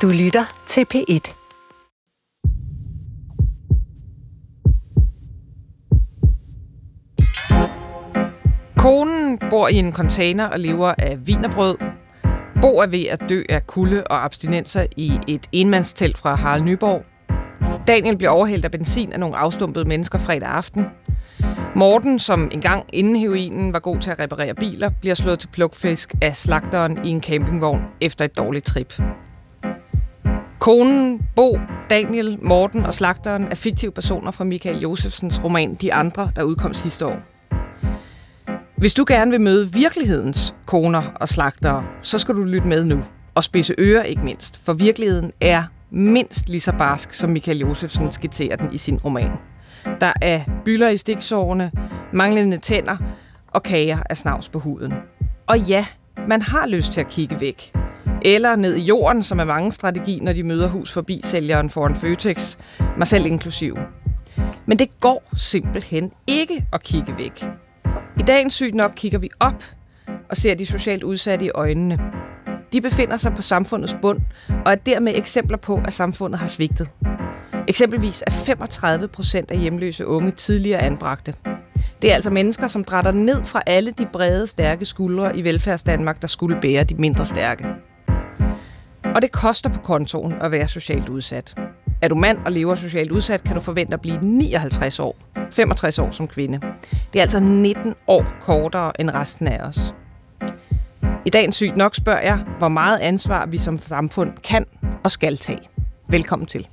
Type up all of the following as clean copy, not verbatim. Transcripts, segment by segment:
Du lytter til P1. Konen bor i en container og lever af wienerbrød. Bo er ved at dø af kulde og abstinenser i et enmandstelt fra Harald Nyborg. Daniel bliver overhældt af benzin af nogle afstumpede mennesker fredag aften. Morten, som engang inden heroinen var god til at reparere biler, bliver slået til plukfisk af slagteren i en campingvogn efter et dårligt trip. Konen, Bo, Daniel, Morten og slagteren er fiktive personer fra Michael Josefsens roman De Andre, der udkom sidste år. Hvis du gerne vil møde virkelighedens koner og slagtere, så skal du lytte med nu. Og spidse ører ikke mindst, for virkeligheden er mindst lige så barsk, som Michael Josefsen skitserer den i sin roman. Der er bylder i stiksårene, manglende tænder og kager af snavs på huden. Og ja, man har lyst til at kigge væk. Eller ned i jorden, som er mange strategi, når de møder hus forbi sælgeren foran Føtex, mig selv inklusiv. Men det går simpelthen ikke at kigge væk. I dagens Sygt Nok kigger vi op og ser de socialt udsatte i øjnene. De befinder sig på samfundets bund og er dermed eksempler på, at samfundet har svigtet. Eksempelvis er 35% af hjemløse unge tidligere anbragte. Det er altså mennesker, som drætter ned fra alle de brede, stærke skuldre i velfærdsdanmark, der skulle bære de mindre stærke. Og det koster på kontoen at være socialt udsat. Er du mand og lever socialt udsat, kan du forvente at blive 59 år. 65 år som kvinde. Det er altså 19 år kortere end resten af os. I dagens Sygt Nok spørger jeg, hvor meget ansvar vi som samfund kan og skal tage. Velkommen til.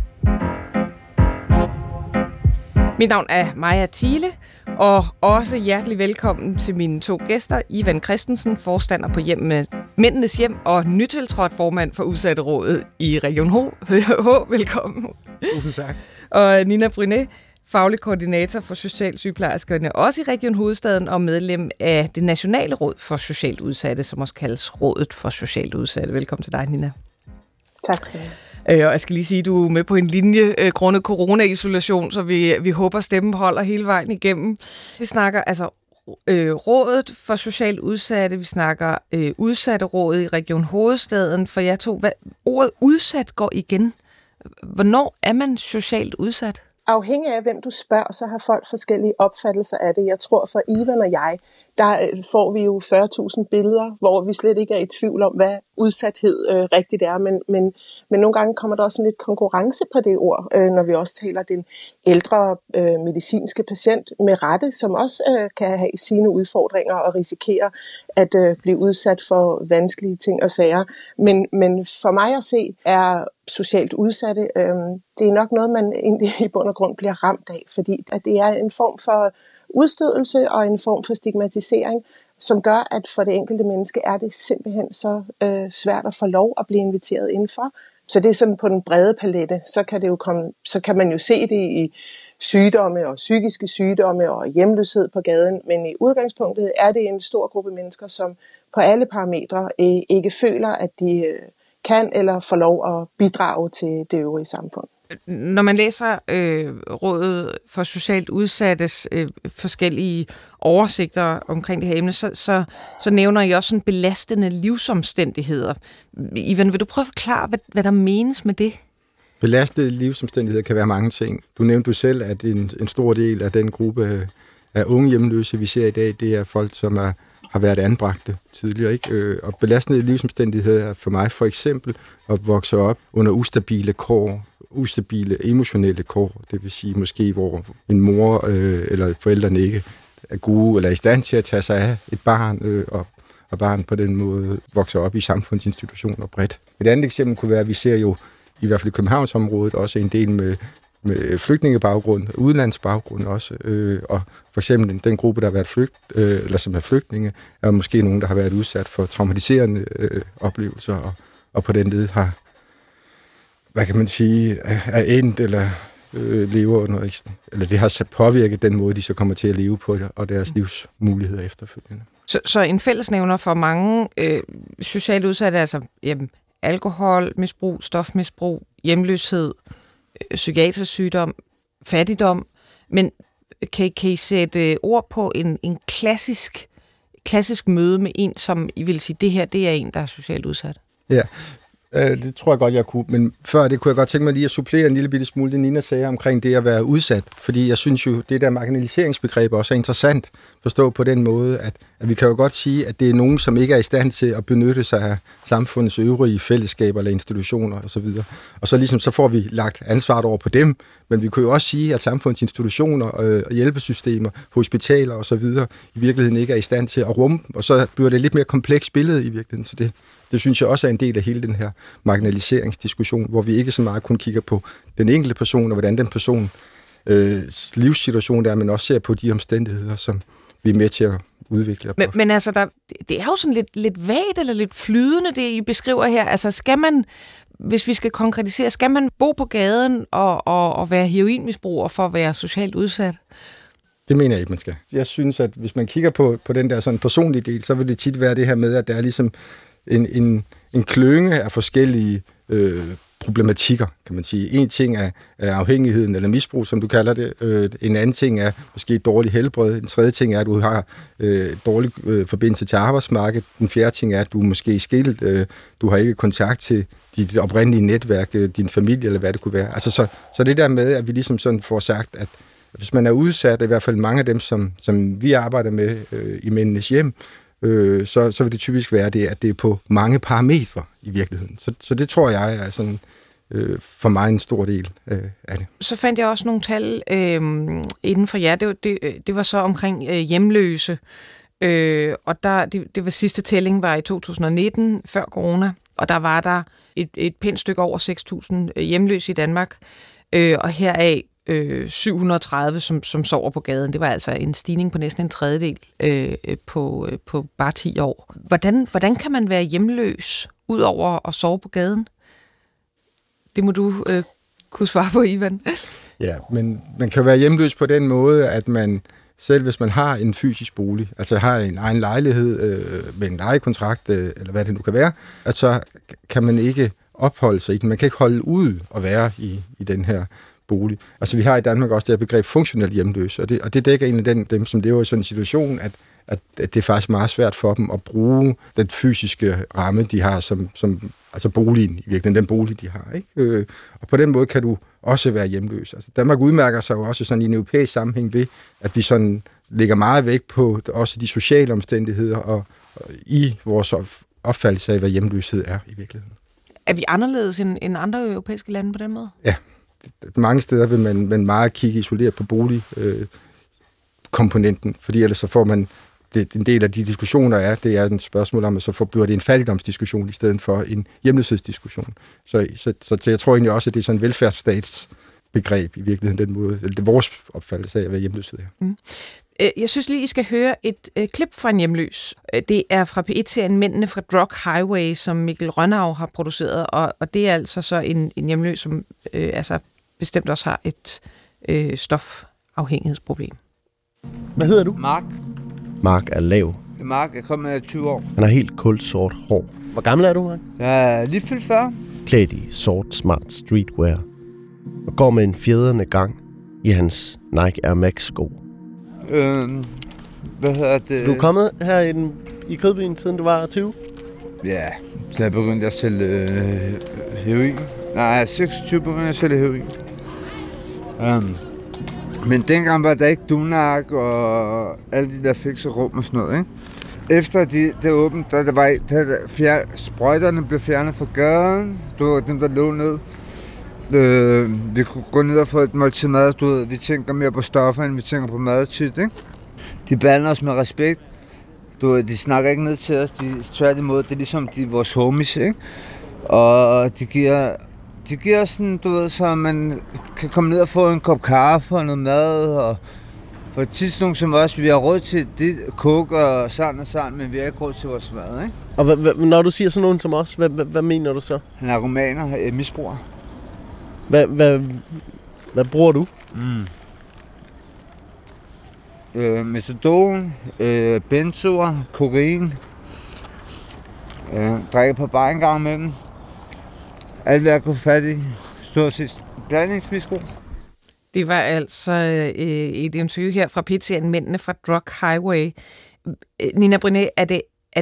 Mit navn er Maja Thiele, og også hjertelig velkommen til mine to gæster, Ivan Christensen, forstander på Mændenes Hjem og nytiltrådt formand for Udsatterådet i Region H. Velkommen. Tusind tak. Og Nina Brynet, faglig koordinator for socialsygeplejerskerne, også i Region Hovedstaden, og medlem af det Nationale Råd for Socialt Udsatte, som også kaldes Rådet for Socialt Udsatte. Velkommen til dig, Nina. Tak skal du have. Og jeg skal lige sige, at du er med på en linje grundet corona-isolation, så vi håber, stemmen holder hele vejen igennem. Vi snakker altså Rådet for Socialt Udsatte, vi snakker Udsatterådet i Region Hovedstaden, for jeg tog, ordet udsat går igen. Hvornår er man socialt udsat? Afhængig af, hvem du spørger, så har folk forskellige opfattelser af det. Jeg tror, for Ivan og jeg, der får vi jo 40.000 billeder, hvor vi slet ikke er i tvivl om, hvad udsathed rigtigt er. Men nogle gange kommer der også lidt konkurrence på det ord, når vi også taler den ældre medicinske patient med rette, som også kan have sine udfordringer og risikere at blive udsat for vanskelige ting og sager. Men for mig at se er socialt udsatte, det er nok noget, man egentlig i bund og grund bliver ramt af, fordi at det er en form for udstødelse og en form for stigmatisering, som gør, at for det enkelte menneske er det simpelthen så svært at få lov at blive inviteret indenfor. Så det er sådan på den brede palette, så kan man jo se det i sygdomme og psykiske sygdomme og hjemløshed på gaden, men i udgangspunktet er det en stor gruppe mennesker, som på alle parametre ikke føler, at de kan eller får lov at bidrage til det øvrige samfund. Når man læser Rådet for Socialt Udsattes forskellige oversigter omkring det her emne, så nævner I også sådan belastende livsomstændigheder. Ivan, vil du prøve at forklare, hvad der menes med det? Belastende livsomstændigheder kan være mange ting. Du nævnte selv, at en stor del af den gruppe af unge hjemløse, vi ser i dag, det er folk, som har været anbragte tidligere, ikke? Og belastende livsomstændigheder er for mig for eksempel at vokse op under ustabile kår, ustabile emotionelle kår, det vil sige måske, hvor en mor eller forældrene ikke er gode eller er i stand til at tage sig af et barn, og barn på den måde vokser op i samfundsinstitutioner bredt. Et andet eksempel kunne være, at vi ser jo i hvert fald i Københavnsområdet også en del med flygtningebaggrund, udenlandsbaggrund også, og for eksempel den gruppe, der har været eller som er flygtninge, er måske nogen, der har været udsat for traumatiserende oplevelser, og på den led har, hvad kan man sige, er endt eller lever under, eller det har påvirket den måde, de så kommer til at leve på, og deres livsmuligheder efterfølgende. Så en fællesnævner for mange socialt udsatte er altså alkoholmisbrug, stofmisbrug, hjemløshed, psykiatrisk sygdom, fattigdom, men kan I sætte ord på en klassisk møde med en, som I vil sige, det her, det er en, der er socialt udsat? Ja, Det tror jeg godt, jeg kunne. Men før det kunne jeg godt tænke mig lige at supplere en lille bitte smule det, Nina sagde omkring det at være udsat. Fordi jeg synes jo, det der marginaliseringsbegreb også er interessant forstå på den måde, at vi kan jo godt sige, at det er nogen, som ikke er i stand til at benytte sig af samfundets øvrige fællesskaber eller institutioner osv. Og så ligesom så får vi lagt ansvaret over på dem, men vi kunne jo også sige, at samfundets institutioner og hjælpesystemer, hospitaler osv. i virkeligheden ikke er i stand til at rumme dem, og så bliver det et lidt mere komplekst billede i virkeligheden. Så det synes jeg også er en del af hele den her marginaliseringsdiskussion, hvor vi ikke så meget kun kigger på den enkelte person, og hvordan den person livssituation der, men også ser på de omstændigheder, som vi er med til at udvikle. Men altså, det er jo sådan lidt vagt eller lidt flydende, det I beskriver her. Altså, skal man, hvis vi skal konkretisere, skal man bo på gaden og være heroinmisbruger for at være socialt udsat? Det mener jeg ikke, man skal. Jeg synes, at hvis man kigger på den der sådan personlige del, så vil det tit være det her med, at der er ligesom en klynge af forskellige problematikker, kan man sige. En ting er afhængigheden eller misbrug, som du kalder det. En anden ting er måske dårlig helbred. En tredje ting er, at du har dårlig forbindelse til arbejdsmarkedet. Den fjerde ting er, at du måske er skilt. Du har ikke kontakt til dit oprindelige netværk, din familie eller hvad det kunne være. Altså så det der med, at vi ligesom sådan får sagt, at hvis man er udsat, i hvert fald mange af dem, som vi arbejder med i Mændenes Hjem, så vil det typisk være det, at det er på mange parametre i virkeligheden. Så det tror jeg er sådan for mig en stor del af det. Så fandt jeg også nogle tal inden for jer. Det var så omkring hjemløse, og det var sidste tælling var i 2019, før corona, og der var et pænt stykke over 6.000 hjemløse i Danmark, og heraf 730, som sover på gaden. Det var altså en stigning på næsten en tredjedel på bare 10 år. Hvordan kan man være hjemløs, ud over at sove på gaden? Det må du kunne svare på, Ivan. Ja, men man kan være hjemløs på den måde, at man selv hvis man har en fysisk bolig, altså har en egen lejlighed med en lejekontrakt, eller hvad det nu kan være, at så kan man ikke opholde sig i den. Man kan ikke holde ud og være i den her bolig. Altså vi har i Danmark også det her begreb funktionelt hjemløse, og det dækker egentlig dem, som lever i sådan en situation, at det er faktisk meget svært for dem at bruge den fysiske ramme, de har, som altså boligen i virkeligheden, den bolig, de har. Ikke? Og på den måde kan du også være hjemløs. Altså Danmark udmærker sig jo også sådan i en europæisk sammenhæng ved, at vi sådan lægger meget vægt på også de sociale omstændigheder og i vores opfattelse af, hvad hjemløshed er i virkeligheden. Er vi anderledes end andre europæiske lande på den måde? Ja. Mange steder vil man meget kigge isoleret på boligkomponenten, fordi ellers så får man en del af de diskussioner det er et spørgsmål om, at så bliver det en fattigdomsdiskussion i stedet for en hjemløshedsdiskussion. Så jeg tror egentlig også, at det er sådan en velfærdsstatsbegreb i virkeligheden, den måde, det er vores opfattelse af, hvad hjemløshed er. Mm. Jeg synes lige, I skal høre et klip fra en hjemløs. Det er fra P1-serien Mændene fra Drug Highway, som Mikkel Rønnaug har produceret, og det er altså så en hjemløs, som altså bestemt også har et stofafhængighedsproblem. Hvad hedder du? Mark. Mark er lav. Mark, jeg kommer med 20 år. Han har helt kulsort hår. Hvor gammel er du, Mark? Jeg er lige fyldt 40. Klædt i sort smart streetwear. Og går med en fjedrende gang i hans Nike Air Max sko. Hvad hedder det? Du er kommet her i Kødbyen, siden du var 20? Ja, så jeg begyndte at sælge heroin. Nej, 26 begyndte jeg at sælge heroin. Men dengang var der ikke Dunak og alle de der fikse rum og sådan noget, ikke? Efter det åbent, sprøjterne blev fjernet fra gaden. Det var dem, der lå ned. Vi kunne gå ned og få et måltid mad. Vi tænker mere på stoffer, end vi tænker på mad tit, ikke? De behandler os med respekt. De snakker ikke ned til os. Tværtimod, det er ligesom vores homies, ikke? Og de giver os sådan, så man kan komme ned og få en kop kaffe og noget mad. Og for et tidspunkt som os, vi har råd til det, koke og sådan, men vi har ikke råd til vores mad, ikke? Og når du siger sådan nogen som os, hvad mener du så? Narkomaner, misbrugere. Hvad bruger du? Metadon, benzoer, kokain, drikker på bar en gang imellem. Alt hvad jeg kunne fat i, stort set blandingsmisbrug. Det var altså et interview her fra P1-serien Mændene fra Drug Highway. Nina Brunet, er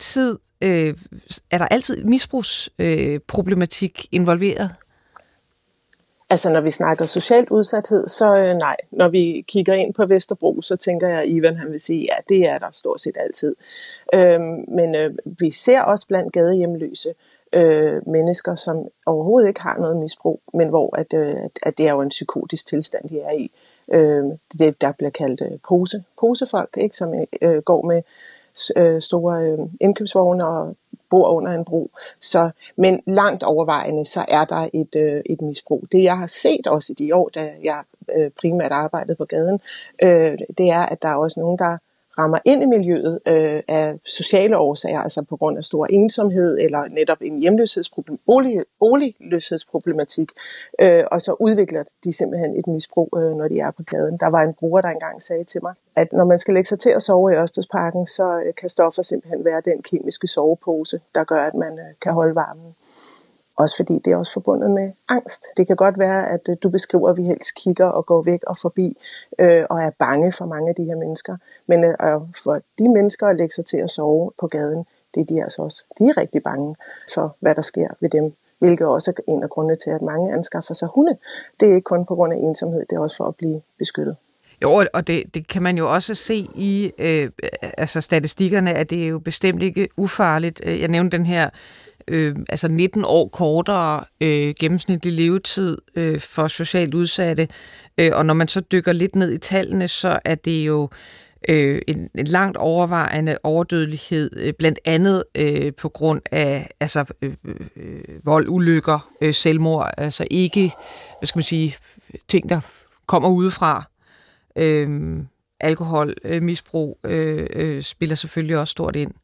der altid misbrugsproblematik involveret? Altså, når vi snakker socialt udsathed, så nej. Når vi kigger ind på Vesterbro, så tænker jeg, at Ivan han vil sige, ja, det er der stort set altid. Men vi ser også blandt gadehjemløse mennesker, som overhovedet ikke har noget misbrug, men hvor at det er jo en psykotisk tilstand, de er i. Det, der bliver kaldt posefolk, ikke? Som går med store indkøbsvogne og bor under en bro. Men langt overvejende, så er der et misbrug. Det, jeg har set også i de år, da jeg primært arbejdede på gaden, det er, at der er også nogen, der rammer ind i miljøet af sociale årsager, altså på grund af stor ensomhed, eller netop en boligløshedsproblematik, og så udvikler de simpelthen et misbrug, når de er på gaden. Der var en bruger, der engang sagde til mig, at når man skal lægge sig til at sove i Ørstedsparken, så kan stoffer simpelthen være den kemiske sovepose, der gør, at man kan holde varmen. Også fordi det er også forbundet med angst. Det kan godt være, at du beskriver, at vi helst kigger og går væk og forbi, og er bange for mange af de her mennesker. Men for de mennesker at lægge sig til at sove på gaden, det er de altså også. De er rigtig bange for, hvad der sker ved dem. Hvilket også er en af grundene til, at mange anskaffer sig hunde. Det er ikke kun på grund af ensomhed, det er også for at blive beskyttet. Jo, og det kan man jo også se i statistikkerne, at det er jo bestemt ikke ufarligt. Jeg nævnte den her 19 år kortere gennemsnitlig levetid for socialt udsatte. Og når man så dykker lidt ned i tallene, så er det jo en langt overvejende overdødelighed, blandt andet på grund af vold, ulykker, selvmord, altså ikke, ting, der kommer udefra. Alkohol, misbrug spiller selvfølgelig også stort ind.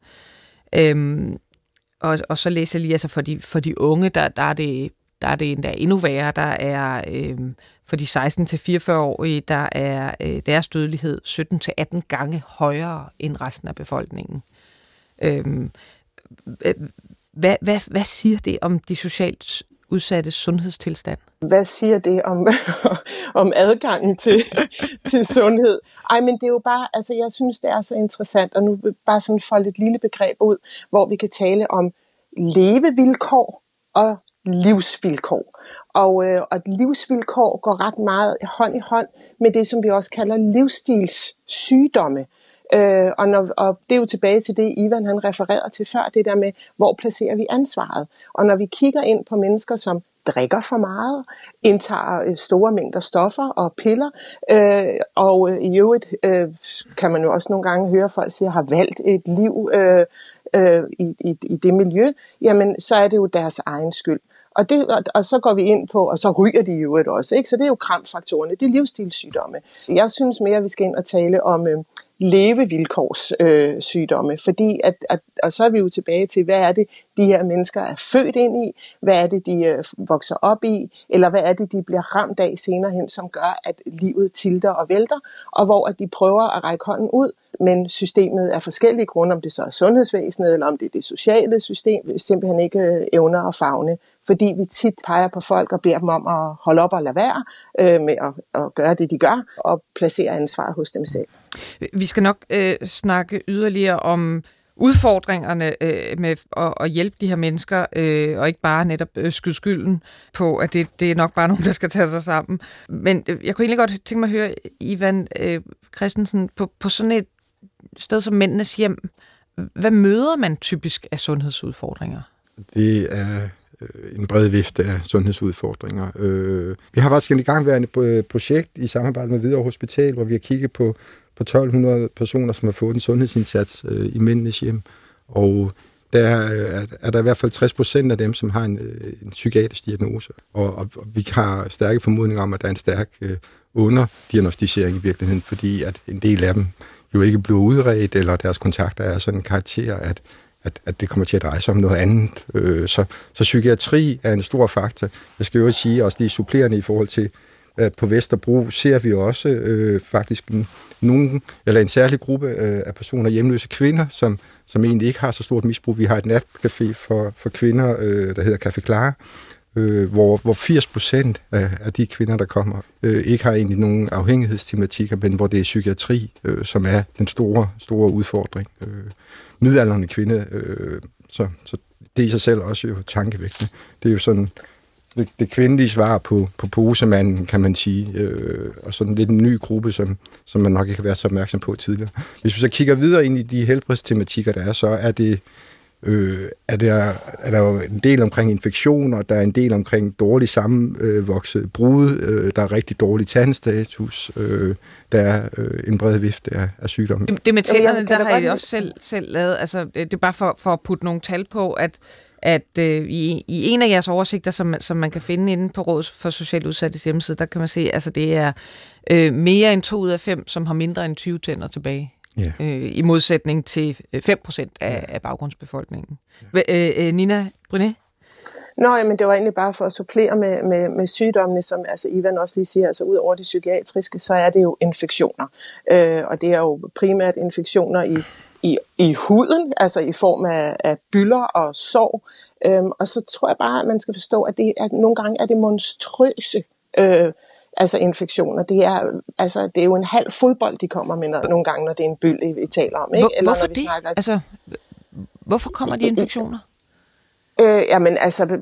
Og så læser jeg lige, for de unge, der er det endda endnu værre. Der er for de 16-44-årige, der er deres dødelighed 17-18 gange højere end resten af befolkningen. Hvad siger det om de socialt udsatte sundhedstilstand? Hvad siger det om adgangen til sundhed? Men det er jo bare, jeg synes, det er så interessant, og nu bare sådan folde et lille begreb ud, hvor vi kan tale om levevilkår og livsvilkår. Og livsvilkår går ret meget hånd i hånd med det, som vi også kalder livsstilssygdomme. Og det er jo tilbage til det, Ivan han refererede til før, det der med, hvor placerer vi ansvaret. Og når vi kigger ind på mennesker, som drikker for meget, indtager store mængder stoffer og piller, og i øvrigt kan man jo også nogle gange høre folk sige, har valgt et liv i det miljø, jamen så er det jo deres egen skyld. Og så går vi ind på, og så ryger de jo også, ikke? Så det er jo kramfaktorerne, det er livsstilssygdomme. Jeg synes mere, at vi skal ind og tale om levevilkårssygdomme, fordi og så er vi jo tilbage til, hvad er det, de her mennesker er født ind i, hvad er det, de vokser op i, eller hvad er det, de bliver ramt af senere hen, som gør, at livet tilter og vælter, og hvor at de prøver at række hånden ud, men systemet af forskellige grunde, om det så er sundhedsvæsenet, eller om det er det sociale system, simpelthen ikke evner at favne, fordi vi tit peger på folk og beder dem om at holde op og lade være med at gøre det, de gør, og placere ansvaret hos dem selv. Vi skal nok snakke yderligere om udfordringerne med at hjælpe de her mennesker, og ikke bare netop skyde skylden på, at det er nok bare nogen, der skal tage sig sammen. Men jeg kunne egentlig godt tænke mig at høre, Ivan Christensen, på sådan et sted som Mændenes Hjem, hvad møder man typisk af sundhedsudfordringer? Det er en bred vifte af sundhedsudfordringer. Vi har faktisk en igangværende projekt i samarbejde med Hvidovre Hospital, hvor vi har kigget på 1200 personer, som har fået en sundhedsindsats i Mændenes Hjem. Og der er der i hvert fald 60% af dem, som har en psykiatrisk diagnose. Og vi har stærke formodninger om, at der er en stærk underdiagnostisering i virkeligheden, fordi at en del af dem jo ikke bliver udredt, eller deres kontakter er sådan en karakter, at det kommer til at dreje sig om noget andet. Så psykiatri er en stor faktor. Jeg skal jo sige, også det er supplerende i forhold til, at på Vesterbro ser vi også faktisk en særlig gruppe af personer, hjemløse kvinder, som egentlig ikke har så stort misbrug. Vi har et natcafé for kvinder, der hedder Café Clara, hvor 80% af de kvinder, der kommer, ikke har egentlig nogen afhængighedstematikker, men hvor det er psykiatri, som er den store udfordring. Midaldrende kvinde, så det er i sig selv også jo tankevækkende. Det er jo sådan det kvindelige svar på posemanden, kan man sige, og sådan lidt en ny gruppe, som man nok ikke har været så opmærksom på tidligere. Hvis vi så kigger videre ind i de helbredstematikker, der er, så er det er der jo en del omkring infektioner, der er en del omkring dårlig sammenvokset brud, der er rigtig dårlig tandstatus, der er en bred vifte af sygdomme. Det med tænderne, der har jeg også selv lavet, altså det er bare for at putte nogle tal på, at i en af jeres oversigter, som man kan finde inde på Rådet for Socialt Udsattes hjemmeside, der kan man se, altså det er mere end 2 ud af 5, som har mindre end 20 tænder tilbage. Yeah. I modsætning til 5% af baggrundsbefolkningen. Yeah. Nina Brunet? Nå, men det var egentlig bare for at supplere med sygdommene, som altså Ivan også lige siger, altså ud over de psykiatriske, så er det jo infektioner. Og det er jo primært infektioner i huden, altså i form af bylder og sår. Og så tror jeg bare, at man skal forstå, at nogle gange er det monstrøse altså infektioner. Det er jo en halv fodbold, de kommer med nogle gange, når det er en byld, vi taler om. Ikke? Eller hvorfor når vi det? snakker... Altså, hvorfor kommer de infektioner? Jamen altså,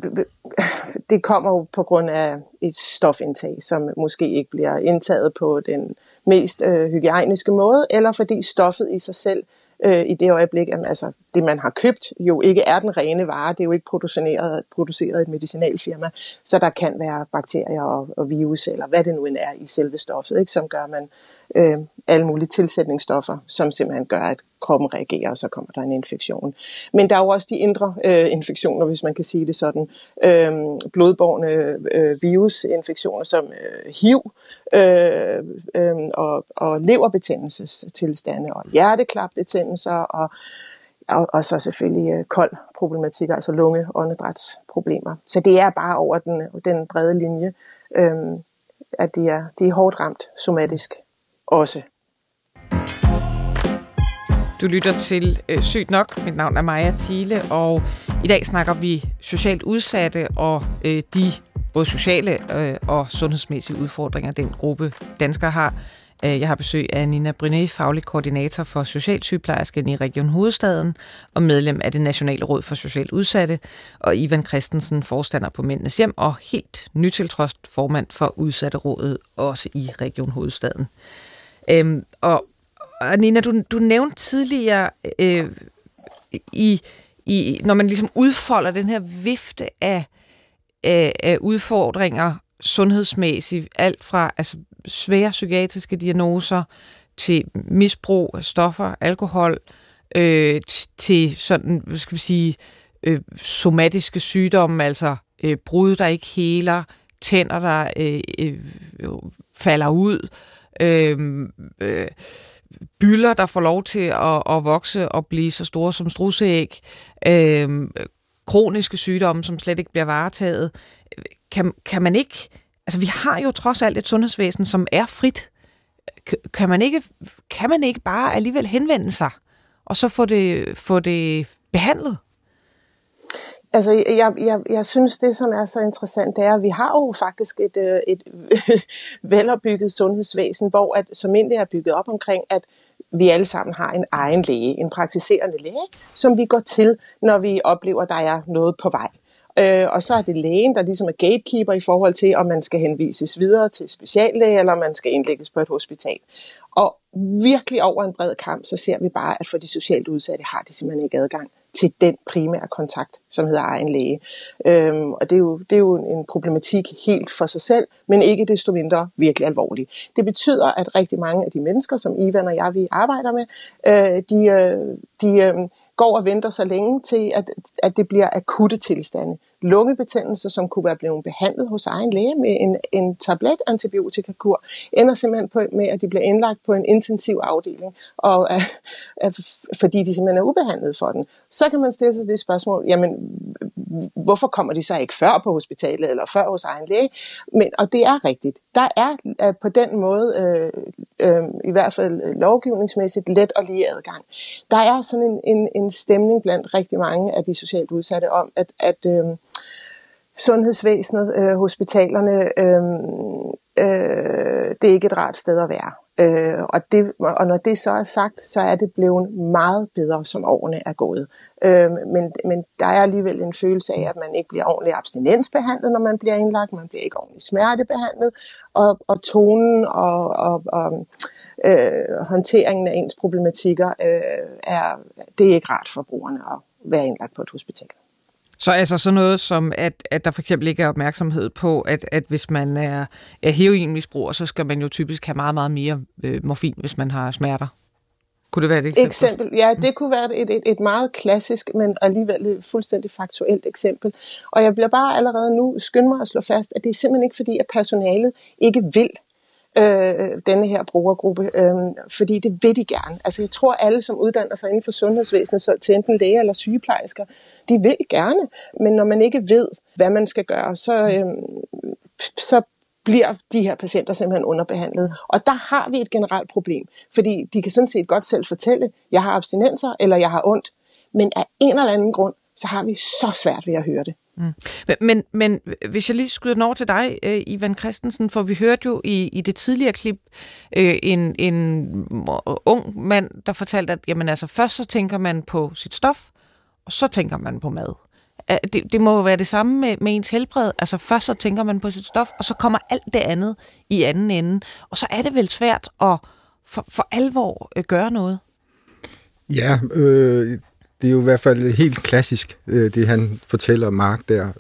det kommer jo på grund af et stofindtag, som måske ikke bliver indtaget på den mest hygiejniske måde, eller fordi stoffet i sig selv i det øjeblik, altså det man har købt, jo ikke er den rene vare. Det er jo ikke produceret i et medicinalfirma, så der kan være bakterier og virus, eller hvad det nu end er i selve stoffet, ikke? Som gør man alle mulige tilsætningsstoffer, som simpelthen gør, at kroppen reagerer, og så kommer der en infektion. Men der er jo også de indre infektioner, hvis man kan sige det sådan. Blodbårne virusinfektioner som HIV og leverbetændelsestilstande og hjerteklapbetændelser og så selvfølgelig koldproblematikker, altså lunge- og åndedrætsproblemer. Så det er bare over den brede linje, at de er hårdt ramt somatisk også. Du lytter til Sygt Nok. Mit navn er Maja Thiele, og i dag snakker vi socialt udsatte og de både sociale og sundhedsmæssige udfordringer, den gruppe danskere har. Jeg har besøg af Nina Brunet, faglig koordinator for socialsygeplejersken i Region Hovedstaden og medlem af det Nationale Råd for Socialt Udsatte, og Ivan Christensen, forstander på Mændenes Hjem og helt nytiltrådt formand for Udsatterådet, også i Region Hovedstaden. Og Nina, du nævnte tidligere, når man ligesom udfolder den her vifte af udfordringer sundhedsmæssigt, alt fra altså svære psykiatriske diagnoser til misbrug af stoffer, alkohol, til sådan, hvad skal vi sige, somatiske sygdomme, altså brud, der ikke heler, tænder, der falder ud, bylder, der får lov til at vokse og blive så store som strudseæg, kroniske sygdomme, som slet ikke bliver varetaget. Kan man ikke, altså vi har jo trods alt et sundhedsvæsen, som er frit. Kan man ikke bare alligevel henvende sig, og så få det behandlet? Altså, jeg synes, det som er så interessant, det er, at vi har jo faktisk et velopbygget sundhedsvæsen, som egentlig er bygget op omkring, at vi alle sammen har en egen læge, en praktiserende læge, som vi går til, når vi oplever, at der er noget på vej. Og så er det lægen, der ligesom er gatekeeper i forhold til, om man skal henvises videre til speciallæge, eller om man skal indlægges på et hospital. Og virkelig over en bred kamp, så ser vi bare, at for de socialt udsatte har de simpelthen ikke adgang til den primære kontakt, som hedder egen læge. Og det er jo en problematik helt for sig selv, men ikke desto mindre virkelig alvorlig. Det betyder, at rigtig mange af de mennesker, som Ivan og jeg vi arbejder med, de går og venter så længe til, at det bliver akutte tilstande. Lungebetændelse, som kunne være blevet behandlet hos egen læge med en tablet antibiotikakur, ender simpelthen med, at de bliver indlagt på en intensiv afdeling, og fordi de simpelthen er ubehandlet for den. Så kan man stille sig det spørgsmål, jamen, hvorfor kommer de så ikke før på hospitalet, eller før hos egen læge? Og det er rigtigt. Der er på den måde, i hvert fald lovgivningsmæssigt, let og lige adgang. Der er sådan en stemning blandt rigtig mange af de socialt udsatte om, sundhedsvæsenet, hospitalerne, det er ikke et rart sted at være. Og når det så er sagt, så er det blevet meget bedre, som årene er gået. Men der er alligevel en følelse af, at man ikke bliver ordentligt abstinensbehandlet, når man bliver indlagt. Man bliver ikke ordentligt smertebehandlet. Og tonen og håndteringen af ens problematikker, det er ikke rart for brugerne at være indlagt på et hospital. Så altså sådan noget som, at der for eksempel ikke er opmærksomhed på, at hvis man er heroinmisbruger, så skal man jo typisk have meget, meget mere morfin, hvis man har smerter. Kunne det være et eksempel? Ja, det kunne være et meget klassisk, men alligevel et fuldstændig faktuelt eksempel. Og jeg bliver bare allerede nu skynde mig at slå fast, at det er simpelthen ikke fordi, at personalet ikke vil denne her brugergruppe, fordi det vil de gerne. Altså jeg tror, alle, som uddanner sig inden for sundhedsvæsenet, så til enten læger eller sygeplejersker, de vil gerne, men når man ikke ved, hvad man skal gøre, så bliver de her patienter simpelthen underbehandlet. Og der har vi et generelt problem, fordi de kan sådan set godt selv fortælle, jeg har abstinenser, eller jeg har ondt, men af en eller anden grund, så har vi så svært ved at høre det. Men hvis jeg lige skyder den over til dig, Ivan Christensen, for vi hørte jo i det tidligere klip en ung mand, der fortalte, at jamen, altså, først så tænker man på sit stof, og så tænker man på mad. Det må jo være det samme med ens helbred. Altså først så tænker man på sit stof, og så kommer alt det andet i anden ende. Og så er det vel svært at for alvor gøre noget? Ja, det er jo i hvert fald helt klassisk, det han fortæller Mark der.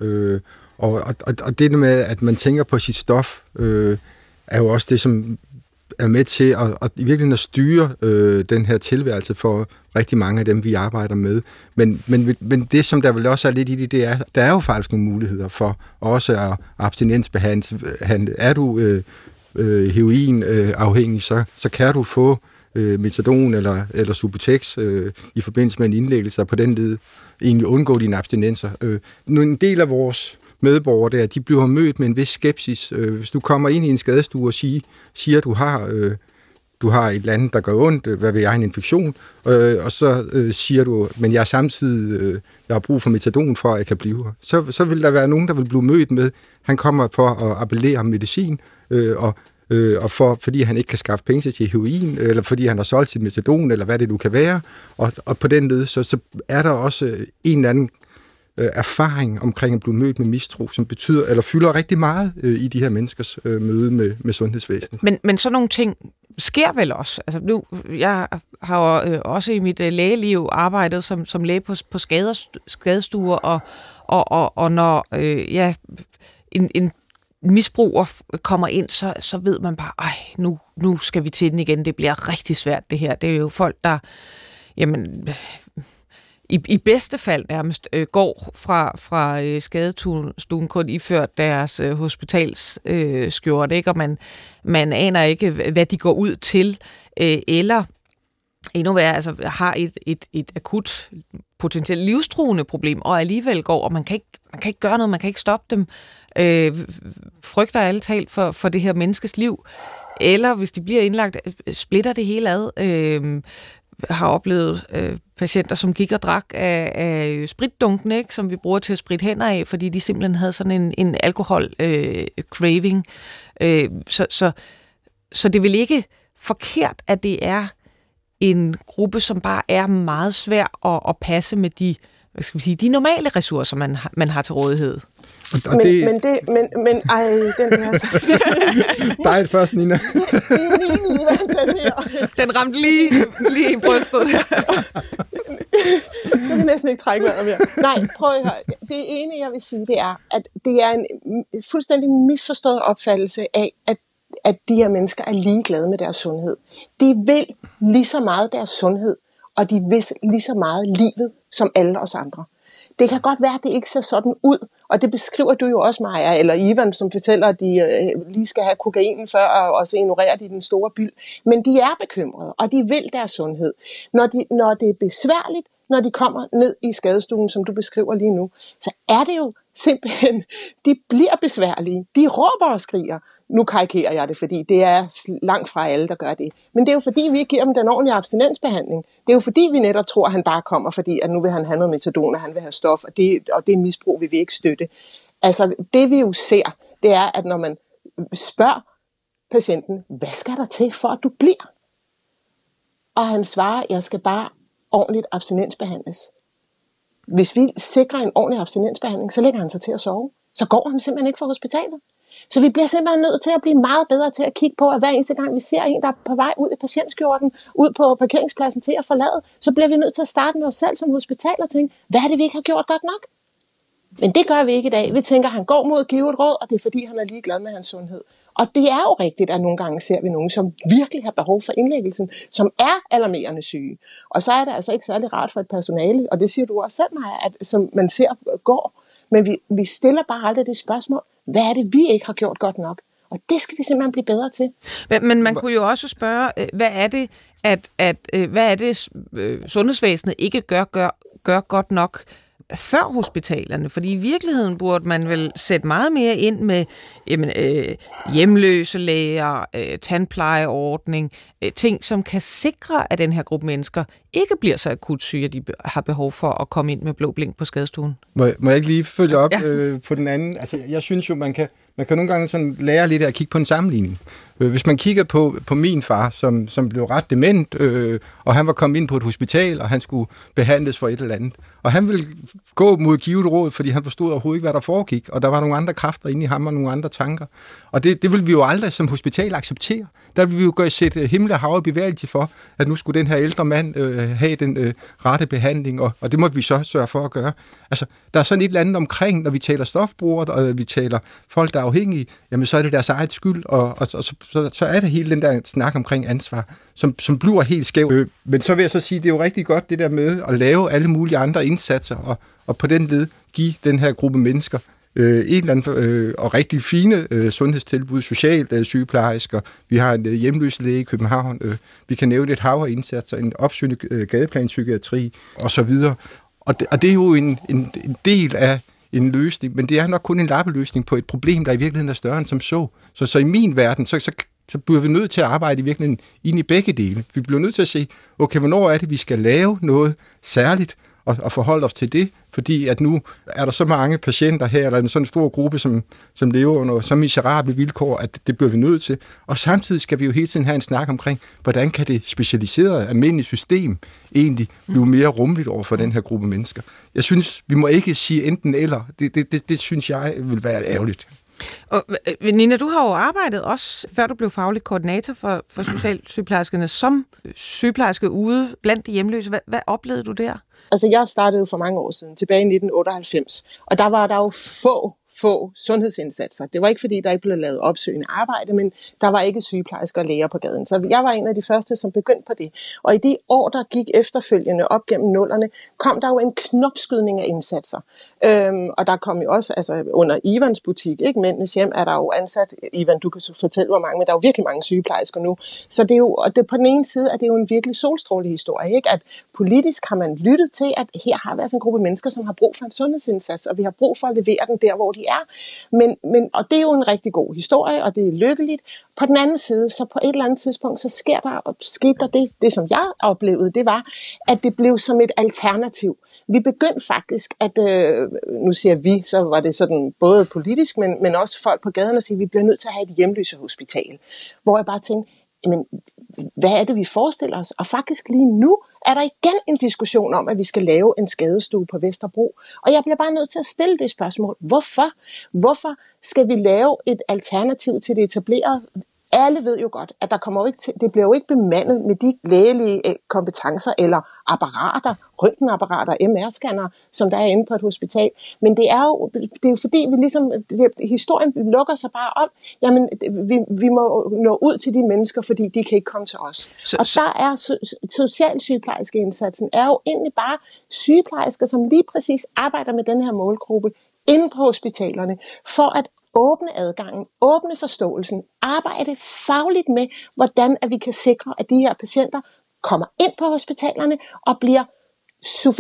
Og det med, at man tænker på sit stof, er jo også det, som er med til at i virkeligheden at styre den her tilværelse for rigtig mange af dem, vi arbejder med. Men det, som der vel også er lidt i det, er, der er jo faktisk nogle muligheder for også at abstinensbehandle. Er du heroinafhængig, så kan du få metadon eller Subutex i forbindelse med en indlæggelse, og på den led egentlig undgå dine abstinenser. En del af vores medborgere der, de bliver mødt med en vis skepsis. Hvis du kommer ind i en skadestue og siger, at du har et eller andet, der gør ondt, hvad ved jeg, en infektion, og så siger du, men jeg er samtidig, jeg har brug for metadon for, at jeg kan blive her. Så vil der være nogen, der vil blive mødt med, han kommer for at appellere om medicin, og fordi han ikke kan skaffe penge til heroin, eller fordi han har solgt sit metadon, eller hvad det nu kan være, og på den led, så er der også en eller anden erfaring omkring at blive mødt med mistro, som betyder, eller fylder rigtig meget i de her menneskers møde med sundhedsvæsenet. Men sådan nogle ting sker vel også? Altså nu, jeg har også i mit lægeliv arbejdet som læge på skadestuer, og når en misbruger kommer ind, så ved man bare, nu skal vi til den igen, det bliver rigtig svært det her. Det er jo folk, der i bedste fald nærmest går fra skadestuen kun iført deres hospitalsskjorte, ikke? Og man aner ikke, hvad de går ud til, eller endnu værre, altså har et akut, potentielt livstruende problem, og alligevel går, og man kan ikke gøre noget, man kan ikke stoppe dem, frygter alle talt for det her menneskes liv, eller hvis de bliver indlagt, splitter det hele ad, har oplevet patienter, som gik og drak af spritdunken, ikke, som vi bruger til at spritte hænder af, fordi de simpelthen havde sådan en alkohol-craving. Så det er vel ikke forkert, at det er en gruppe, som bare er meget svær at passe med de, hvad skal vi sige, de normale ressourcer, man har til rådighed. Men den her så... Dig først, Nina. Den ramte lige i brystet her. Jeg kan næsten ikke trække vejret mere. Nej, prøv at høre. Det ene, jeg vil sige, det er, at det er en fuldstændig misforstået opfattelse af, at de her mennesker er ligeglade med deres sundhed. De vil lige så meget deres sundhed, og de vil lige så meget livet, som alle os andre. Det kan godt være, at det ikke ser sådan ud, og det beskriver du jo også, Maja, eller Ivan, som fortæller, at de lige skal have kokainen før, og så ignorerer de den store byld. Men de er bekymrede, og de vil deres sundhed. Når det er besværligt, når de kommer ned i skadestuen, som du beskriver lige nu, så er det jo simpelthen, de bliver besværlige. De råber og skriger. Nu karikerer jeg det, fordi det er langt fra alle, der gør det. Men det er jo fordi, vi ikke giver dem den ordentlige abstinensbehandling. Det er jo fordi, vi netop tror, at han bare kommer, fordi at nu vil han have noget metadon, og han vil have stof, og det er misbrug, vi vil ikke støtte. Altså det vi jo ser, det er, at når man spørger patienten, hvad skal der til for at du bliver? Og han svarer, jeg skal bare ordentligt abstinensbehandles. Hvis vi sikrer en ordentlig abstinensbehandling, så lægger han sig til at sove. Så går han simpelthen ikke fra hospitalet. Så vi bliver simpelthen nødt til at blive meget bedre til at kigge på, at hver eneste gang vi ser en, der er på vej ud i patientskjorten, ud på parkeringspladsen til at forlade, så bliver vi nødt til at starte med os selv som hospital og tænke, hvad er det, vi ikke har gjort godt nok? Men det gør vi ikke i dag. Vi tænker, at han går mod at give et råd, og det er fordi, han er ligeglad med hans sundhed. Og det er jo rigtigt, at nogle gange ser vi nogen, som virkelig har behov for indlæggelsen, som er alarmerende syge. Og så er det altså ikke særlig rart for et personale, og det siger du også selv, Maja, at som man ser går. Men vi stiller bare aldrig det spørgsmål, hvad er det, vi ikke har gjort godt nok? Og det skal vi simpelthen blive bedre til. Men man kunne jo også spørge, hvad er det, sundhedsvæsenet ikke gør godt nok før hospitalerne? Fordi i virkeligheden burde man vel sætte meget mere ind med hjemløse læger, tandplejeordning, ting, som kan sikre, at den her gruppe mennesker ikke bliver så akut syge, at de har behov for at komme ind med blå blink på skadestuen. Må jeg ikke lige følge op på den anden? Altså, jeg synes jo, man kan nogle gange sådan lære lidt af at kigge på en sammenligning. Hvis man kigger på min far, som blev ret dement, og han var kommet ind på et hospital, og han skulle behandles for et eller andet. Og han ville gå mod givet råd, fordi han forstod overhovedet ikke, hvad der foregik, og der var nogle andre kræfter inde i ham og nogle andre tanker. Og det ville vi jo aldrig som hospital acceptere. Der ville vi jo sætte himmel og hav i bevægelse for, at nu skulle den her ældre mand have den rette behandling, og det måtte vi så sørge for at gøre. Altså, der er sådan et eller andet omkring, når vi taler stofbrugere, og vi taler folk, der er afhængige, jamen så er det deres eget skyld, og så er det hele den der snak omkring ansvar, som bliver helt skæv. Men så vil jeg så sige, det er jo rigtig godt det der med at lave alle mulige andre indsatser, og på den led give den her gruppe mennesker en eller anden og rigtig fine sundhedstilbud, socialt sygeplejersker. Vi har en hjemløs læge i København. Vi kan nævne et hav af indsatser, en opsøgende gadeplanpsykiatri osv. Og det er jo en del af en løsning, men det er nok kun en lappeløsning på et problem, der i virkeligheden er større end som så. Så i min verden, så bliver vi nødt til at arbejde i virkeligheden ind i begge dele. Vi bliver nødt til at se, okay, hvornår er det, vi skal lave noget særligt, og forholde os til det, fordi at nu er der så mange patienter her, eller en sådan stor gruppe, som lever under så miserable vilkår, at det bliver vi nødt til. Og samtidig skal vi jo hele tiden have en snak omkring, hvordan kan det specialiserede, almindelige system egentlig blive mere rummeligt over for den her gruppe mennesker. Jeg synes, vi må ikke sige enten eller. Det synes jeg vil være ærgerligt. Og Nina, du har jo arbejdet også, før du blev faglig koordinator for socialsygeplejerskerne, som sygeplejerske ude blandt de hjemløse. Hvad oplevede du der? Altså, jeg startede jo for mange år siden, tilbage i 1998, og der var der jo få sundhedsindsatser. Det var ikke, fordi der ikke blev lavet opsøgende arbejde, men der var ikke sygeplejersker og læger på gaden. Så jeg var en af de første, som begyndte på det. Og i de år, der gik efterfølgende op gennem nullerne, kom der jo en knopskydning af indsatser. Og der kom jo også, altså under Ivans butik, ikke? Mændenes Hjem, er der jo ansat, Ivan, du kan fortælle, hvor mange, men der er jo virkelig mange sygeplejersker nu. Så det er jo, og det, på den ene side er det jo en virkelig solstrålehistorie, ikke? At politisk har man lyttet til, at her har vi altså en gruppe mennesker, som har brug for en sundhedsindsats, og vi har brug for at levere den der, hvor de er. Og det er jo en rigtig god historie, og det er lykkeligt. På den anden side, så på et eller andet tidspunkt, så skete der det, som jeg oplevede, det var, at det blev som et alternativ. Vi begyndte faktisk, at nu siger vi, så var det sådan både politisk, men også folk på gaden at sige, at vi bliver nødt til at have et hjemløsehospital. Hvor jeg bare tænkte, jamen, hvad er det, vi forestiller os? Og faktisk lige nu er der igen en diskussion om, at vi skal lave en skadestue på Vesterbro. Og jeg bliver bare nødt til at stille det spørgsmål. Hvorfor? Hvorfor skal vi lave et alternativ til det etablerede? Alle ved jo godt, at det bliver jo ikke bemandet med de lægelige kompetencer eller apparater, røntgenapparater, MR-scanner, som der er inde på et hospital. Men det er jo fordi, vi ligesom, historien lukker sig bare om, jamen vi må nå ud til de mennesker, fordi de kan ikke komme til os. Og der er socialsygeplejerske indsatsen er jo egentlig bare sygeplejersker, som lige præcis arbejder med den her målgruppe inde på hospitalerne, for at åbne adgangen, åbne forståelsen, arbejde fagligt med, hvordan at vi kan sikre, at de her patienter kommer ind på hospitalerne og bliver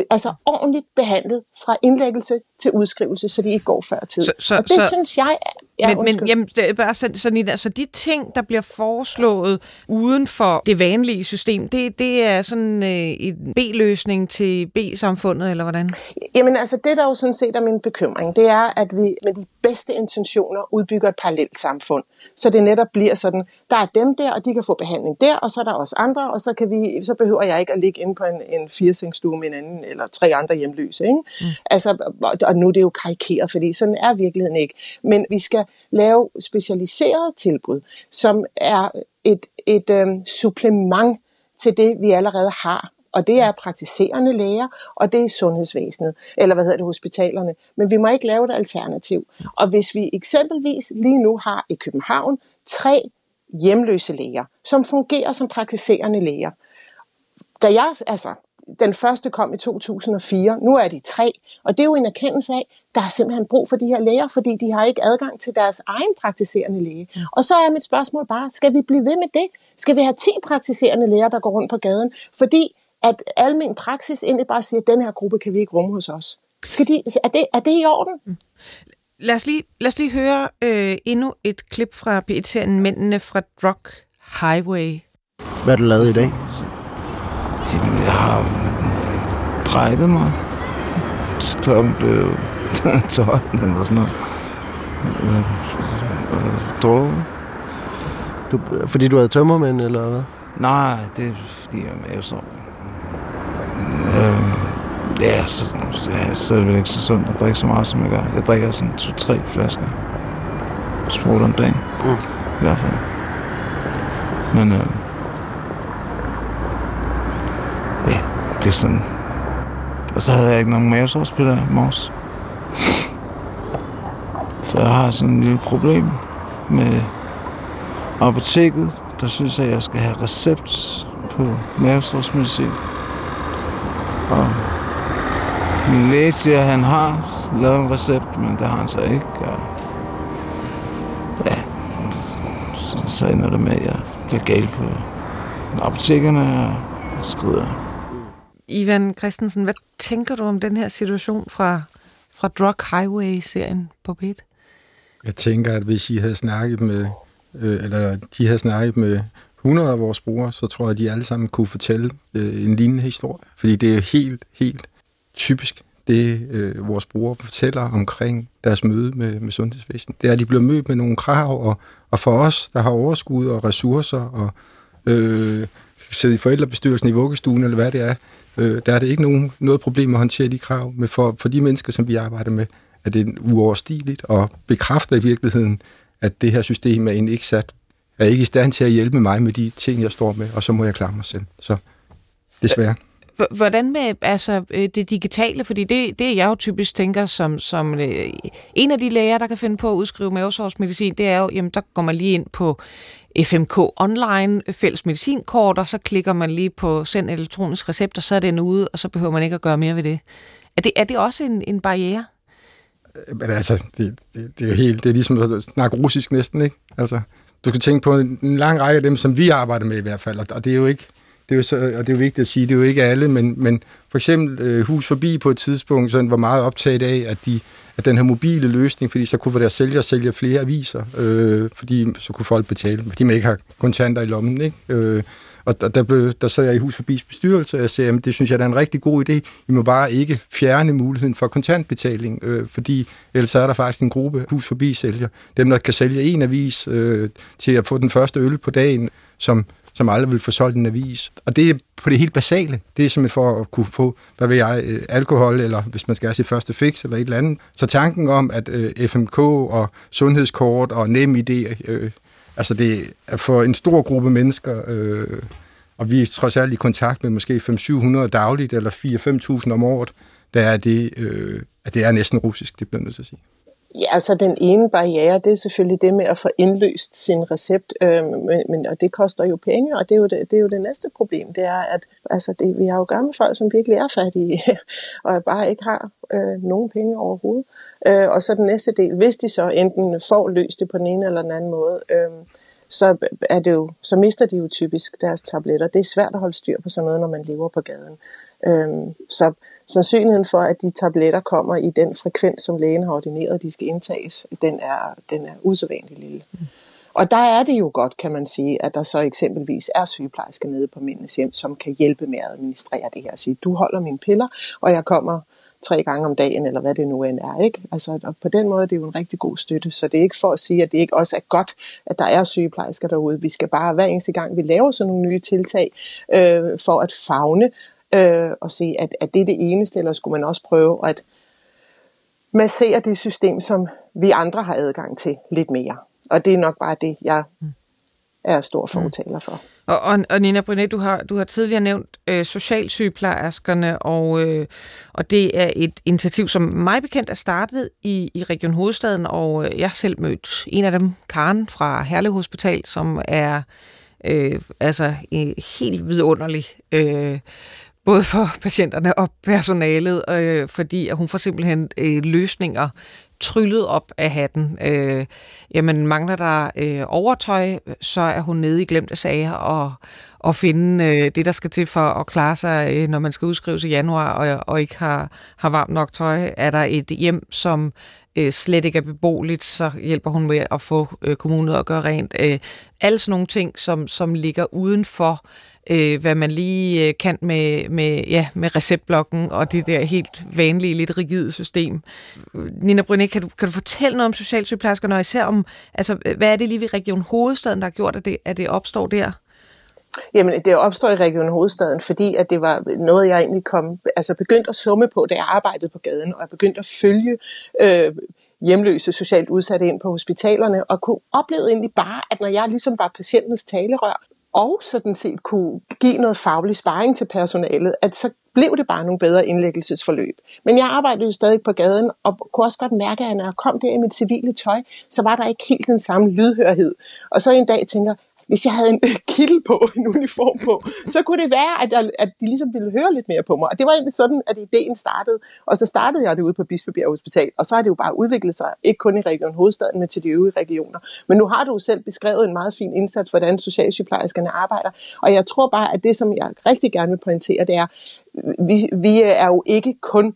ordentligt behandlet fra indlæggelse til udskrivelse, så de ikke går før tid. Og det synes jeg Så de ting, der bliver foreslået uden for det vanlige system, det er sådan en B-løsning til B-samfundet, eller hvordan? Jamen altså, det der jo sådan set er min bekymring, det er, at vi med de bedste intentioner udbygger et parallelt samfund. Så det netop bliver sådan, der er dem der, og de kan få behandling der, og så er der også andre, og så behøver jeg ikke at ligge inde på en 4-sengsstue med en anden, eller 3 andre hjemløse. Ikke? Altså, og nu er det jo karikeret, fordi sådan er virkeligheden ikke. Men vi skal lave specialiserede tilbud, som er et supplement til det, vi allerede har. Og det er praktiserende læger, og det er sundhedsvæsenet, eller hospitalerne. Men vi må ikke lave et alternativ. Og hvis vi eksempelvis lige nu har i København 3 hjemløse læger, som fungerer som praktiserende læger. Den første kom i 2004, nu er de 3, og det er jo en erkendelse af, der er simpelthen brug for de her læger, fordi de har ikke adgang til deres egen praktiserende læge. Og så er mit spørgsmål bare, skal vi blive ved med det? Skal vi have 10 praktiserende læger, der går rundt på gaden? Fordi at almen praksis egentlig bare siger, at den her gruppe kan vi ikke rumme hos os. Er det i orden? Lad os lige høre endnu et klip fra P1-serien Mændene fra Drug Highway. Hvad har du lavet i dag? Jeg har brækket mig. Klokken blev 12 eller sådan noget. Drukket. Fordi du havde tømmermænd, eller hvad? Nej, det er fordi jeg er mavesår. Så er det vel ikke så sundt at drikke så meget, som jeg gør. Jeg drikker sådan 2-3 flasker sprut om dagen. I hvert fald. Men det er sådan. Og så havde jeg ikke nogen mavesårspiller i morges. Så jeg har sådan et lille problem med apoteket. Der synes jeg skal have recept på mavesårsmedicin. Og min læge siger, at han har lavet en recept, men det har han så ikke. Og så ender det med, at jeg bliver gal på apotekerne og skrider. Ivan Christensen, hvad tænker du om den her situation fra Drug Highway-serien på P1? Jeg tænker, at hvis I havde snakket med, de havde snakket med 100 af vores brugere, så tror jeg, at de alle sammen kunne fortælle en lignende historie. Fordi det er helt typisk, det vores brugere fortæller omkring deres møde med sundhedsvæsenet. Det er, at de bliver mødt med nogle krav, og for os, der har overskud og ressourcer, og sidde i forældrebestyrelsen i vuggestuen, eller hvad det er, der er det ikke noget problem at håndtere de krav. Men for de mennesker, som vi arbejder med, er det uoverstigeligt, og bekræfter i virkeligheden, at det her system er ikke i stand til at hjælpe mig med de ting, jeg står med, og så må jeg klare mig selv. Så desværre. Hvordan med det digitale? Fordi det jeg jo typisk tænker som en af de læger, der kan finde på at udskrive mavesårsmedicin, det er jo, jamen der går man lige ind på FMK Online fælles medicinkort, og så klikker man lige på send elektronisk recept, og så er den ude, og så behøver man ikke at gøre mere ved det. Er det også en barriere? Men altså, det er jo helt, det er ligesom at snakke russisk næsten, ikke? Altså, du skal tænke på en lang række af dem, som vi arbejder med i hvert fald, og det er jo ikke, og det er jo vigtigt at sige, det er jo ikke alle, men for eksempel Hus Forbi på et tidspunkt, sådan var meget optaget af, at den her mobile løsning, fordi så kunne deres sælgere sælge flere aviser, fordi så kunne folk betale, fordi man ikke har kontanter i lommen, ikke? Og der sad jeg i Hus Forbis bestyrelse, og jeg sagde, at det synes jeg er en rigtig god idé. I må bare ikke fjerne muligheden for kontantbetaling, fordi ellers er der faktisk en gruppe Hus Forbi-sælgere. Dem, der kan sælge en avis til at få den første øl på dagen, som aldrig vil få solgt en avis. Og det er på det helt basale. Det er simpelthen for at kunne få, alkohol, eller hvis man skal have sit første fix, eller et eller andet. Så tanken om, at FMK og sundhedskort og NemID, altså det er for en stor gruppe mennesker, og vi er trods alt i kontakt med måske 500-700 dagligt, eller 4-5.000 om året, der er det, at det er næsten russisk, det bliver nødt til at sige. Ja, altså den ene barriere, det er selvfølgelig det med at få indløst sin recept, og det koster jo penge, og det er jo det næste problem, det er, at vi har jo at gøre med folk, som virkelig er fattige, og bare ikke har nogen penge overhovedet. Og så den næste del, hvis de så enten får løst det på den ene eller den anden måde, så mister de jo typisk deres tabletter. Det er svært at holde styr på sådan noget, når man lever på gaden. Så sandsynligheden for, at de tabletter kommer i den frekvens, som lægen har ordineret, de skal indtages, den er usædvanlig lille. Og der er det jo godt, kan man sige, at der så eksempelvis er sygeplejersker nede på Mændenes Hjem, som kan hjælpe med at administrere det her. Sige, du holder mine piller, og jeg kommer 3 gange om dagen, eller hvad det nu end er. Ikke? Altså, og på den måde det er det jo en rigtig god støtte. Så det er ikke for at sige, at det ikke også er godt, at der er sygeplejersker derude. Vi skal bare hver eneste gang, vi laver sådan nogle nye tiltag for at favne og se, at det er det eneste, eller skulle man også prøve at massere det system, som vi andre har adgang til lidt mere. Og det er nok bare det, jeg er stor fortaler for. Og Nina Brunet, du har tidligere nævnt socialsygeplejerskerne, og det er et initiativ, som mig bekendt er startet i Region Hovedstaden, og jeg har selv mødt en af dem, Karen fra Herlev Hospital, som er helt vidunderlig, både for patienterne og personalet, fordi at hun får simpelthen løsninger tryllet op af hatten. Jamen, mangler der overtøj, så er hun nede i glemte sager og finde det, der skal til for at klare sig, når man skal udskrives i januar og ikke har varmt nok tøj. Er der et hjem, som slet ikke er beboeligt, så hjælper hun med at få kommunen at gøre rent. Alle sådan nogle ting, som ligger uden for hvad man lige kan med receptblokken og det der helt vanlige, lidt rigide system. Nina Brunet, kan du fortælle noget om socialsygeplejerskerne, og især om, altså, hvad er det lige ved Region Hovedstaden, der har gjort, at det opstår der? Jamen, det opstår i Region Hovedstaden, fordi at det var noget, jeg egentlig begyndte at summe på, da jeg arbejdede på gaden, og jeg begyndte at følge hjemløse, socialt udsatte ind på hospitalerne, og kunne opleve egentlig bare, at når jeg ligesom var patientens talerør, og sådan set kunne give noget faglig sparring til personalet, at så blev det bare nogle bedre indlæggelsesforløb. Men jeg arbejdede jo stadig på gaden, og kunne også godt mærke, at når jeg kom der i mit civile tøj, så var der ikke helt den samme lydhørhed. Og så en dag tænker hvis jeg havde en kittel på, en uniform på, så kunne det være, at de ligesom ville høre lidt mere på mig. Og det var egentlig sådan, at ideen startede. Og så startede jeg det ude på Bispebjerg Hospital, og så har det jo bare udviklet sig, ikke kun i Region Hovedstaden, men til de øvrige regioner. Men nu har du jo selv beskrevet en meget fin indsats, hvordan socialsygeplejerskerne arbejder. Og jeg tror bare, at det, som jeg rigtig gerne vil pointere, det er, vi er jo ikke kun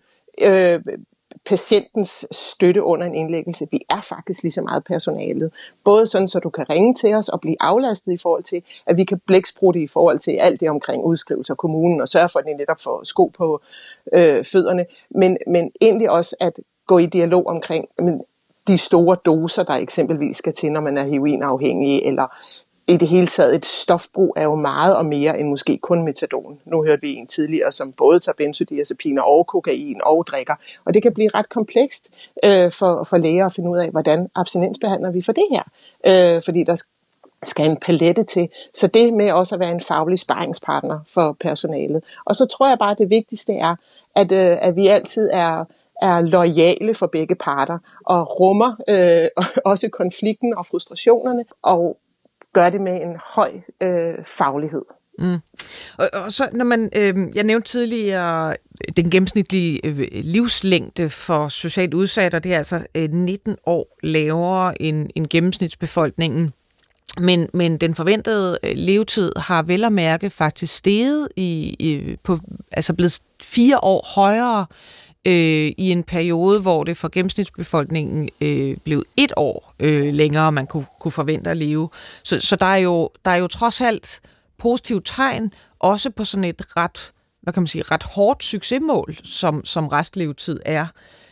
patientens støtte under en indlæggelse. Vi er faktisk lige så meget personalet. Både sådan, så du kan ringe til os og blive aflastet i forhold til, at vi kan blæksprutte i forhold til alt det omkring udskrivelse af kommunen og sørge for, at de netop får sko på fødderne. Men egentlig også at gå i dialog omkring de store doser, der eksempelvis skal til, når man er heroinafhængig, eller i det hele taget et stofbrug er jo meget og mere end måske kun metadon. Nu hørte vi en tidligere, som både tager benzodiazepiner og kokain og drikker. Og det kan blive ret komplekst for læger at finde ud af, hvordan abstinensbehandler vi for det her. Fordi der skal en palette til. Så det med også at være en faglig sparringspartner for personalet. Og så tror jeg bare, at det vigtigste er, at vi altid er loyale for begge parter og rummer også konflikten og frustrationerne og gør det med en høj faglighed. Mm. Og så når man, jeg nævnte tidligere den gennemsnitlige livslængde for socialt udsatte, og det er altså 19 år lavere end gennemsnitsbefolkningen. Men den forventede levetid har vel at mærke faktisk steget altså blevet 4 år højere i en periode, hvor det for gennemsnitsbefolkningen blev 1 år længere, man kunne forvente at leve. Så der er jo trods alt positive tegn, også på sådan et ret hårdt succesmål, som restlevetid er.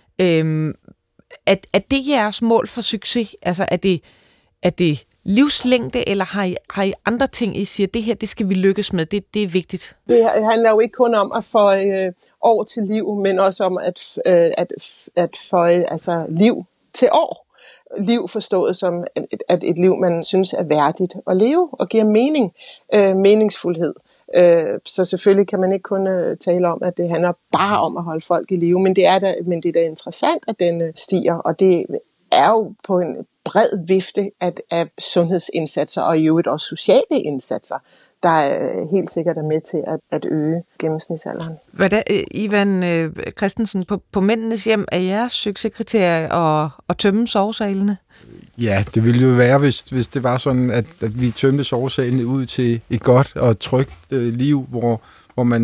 Er det jeres mål for succes? Altså er det livslængde, eller har I andre ting, I siger, det her, det skal vi lykkes med, det er vigtigt? Det handler jo ikke kun om at få år til liv, men også om at få liv til år. Liv forstået som at et liv, man synes er værdigt at leve og giver mening, meningsfuldhed. Så selvfølgelig kan man ikke kun tale om, at det handler bare om at holde folk i live, men det er da interessant, at den stiger, og det er jo på en bred vifte af sundhedsindsatser og i øvrigt også sociale indsatser, der helt sikkert er med til at øge gennemsnitsalderen. Hvad er Ivan Christensen, på Mændenes Hjem, er jeres succeskriterie at tømme sovesalene? Ja, det ville jo være, hvis det var sådan, at vi tømte sovesalene ud til et godt og trygt liv, hvor man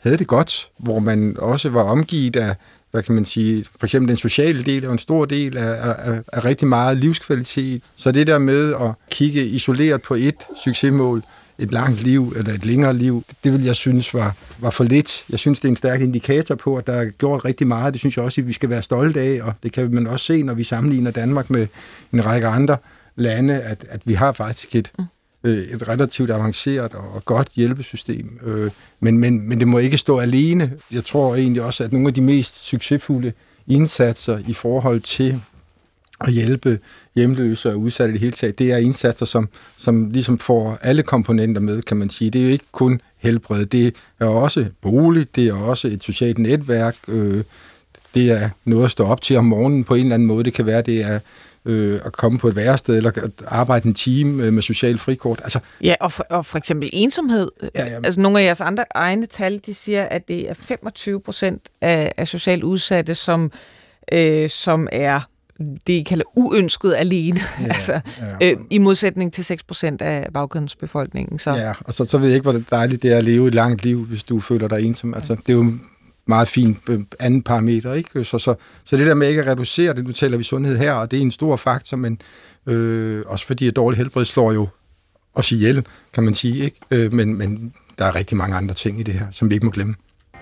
havde det godt, hvor man også var omgivet af, hvad kan man sige, for eksempel den sociale del og en stor del af rigtig meget livskvalitet. Så det der med at kigge isoleret på et succesmål, et langt liv eller et længere liv, det vil jeg synes var for lidt. Jeg synes, det er en stærk indikator på, at der er gjort rigtig meget. Det synes jeg også, at vi skal være stolte af, og det kan man også se, når vi sammenligner Danmark med en række andre lande, at vi har faktisk et relativt avanceret og godt hjælpesystem. Men det må ikke stå alene. Jeg tror egentlig også, at nogle af de mest succesfulde indsatser i forhold til at hjælpe hjemløse og udsatte i det hele taget, det er indsatser, som ligesom får alle komponenter med, kan man sige. Det er jo ikke kun helbred, det er også bolig, det er også et socialt netværk, det er noget at stå op til om morgenen på en eller anden måde. Det kan være, det er at komme på et værested, eller at arbejde en time med social frikort. Altså, ja, og for eksempel ensomhed. Ja. Altså nogle af jeres andre egne tal, de siger, at det er 25% af socialt udsatte, som er det, I kalder uønsket alene, i modsætning til 6% af baggrundsbefolkningen. Så. Ja, og så ved jeg ikke, hvor dejligt det er at leve et langt liv, hvis du føler dig ensom. Altså, det er jo meget fint anden parameter, ikke? Så det der med ikke at reducere det, nu taler vi sundhed her, og det er en stor faktor, men også fordi et dårligt helbred slår jo os ihjel, kan man sige, ikke? Men der er rigtig mange andre ting i det her, som vi ikke må glemme.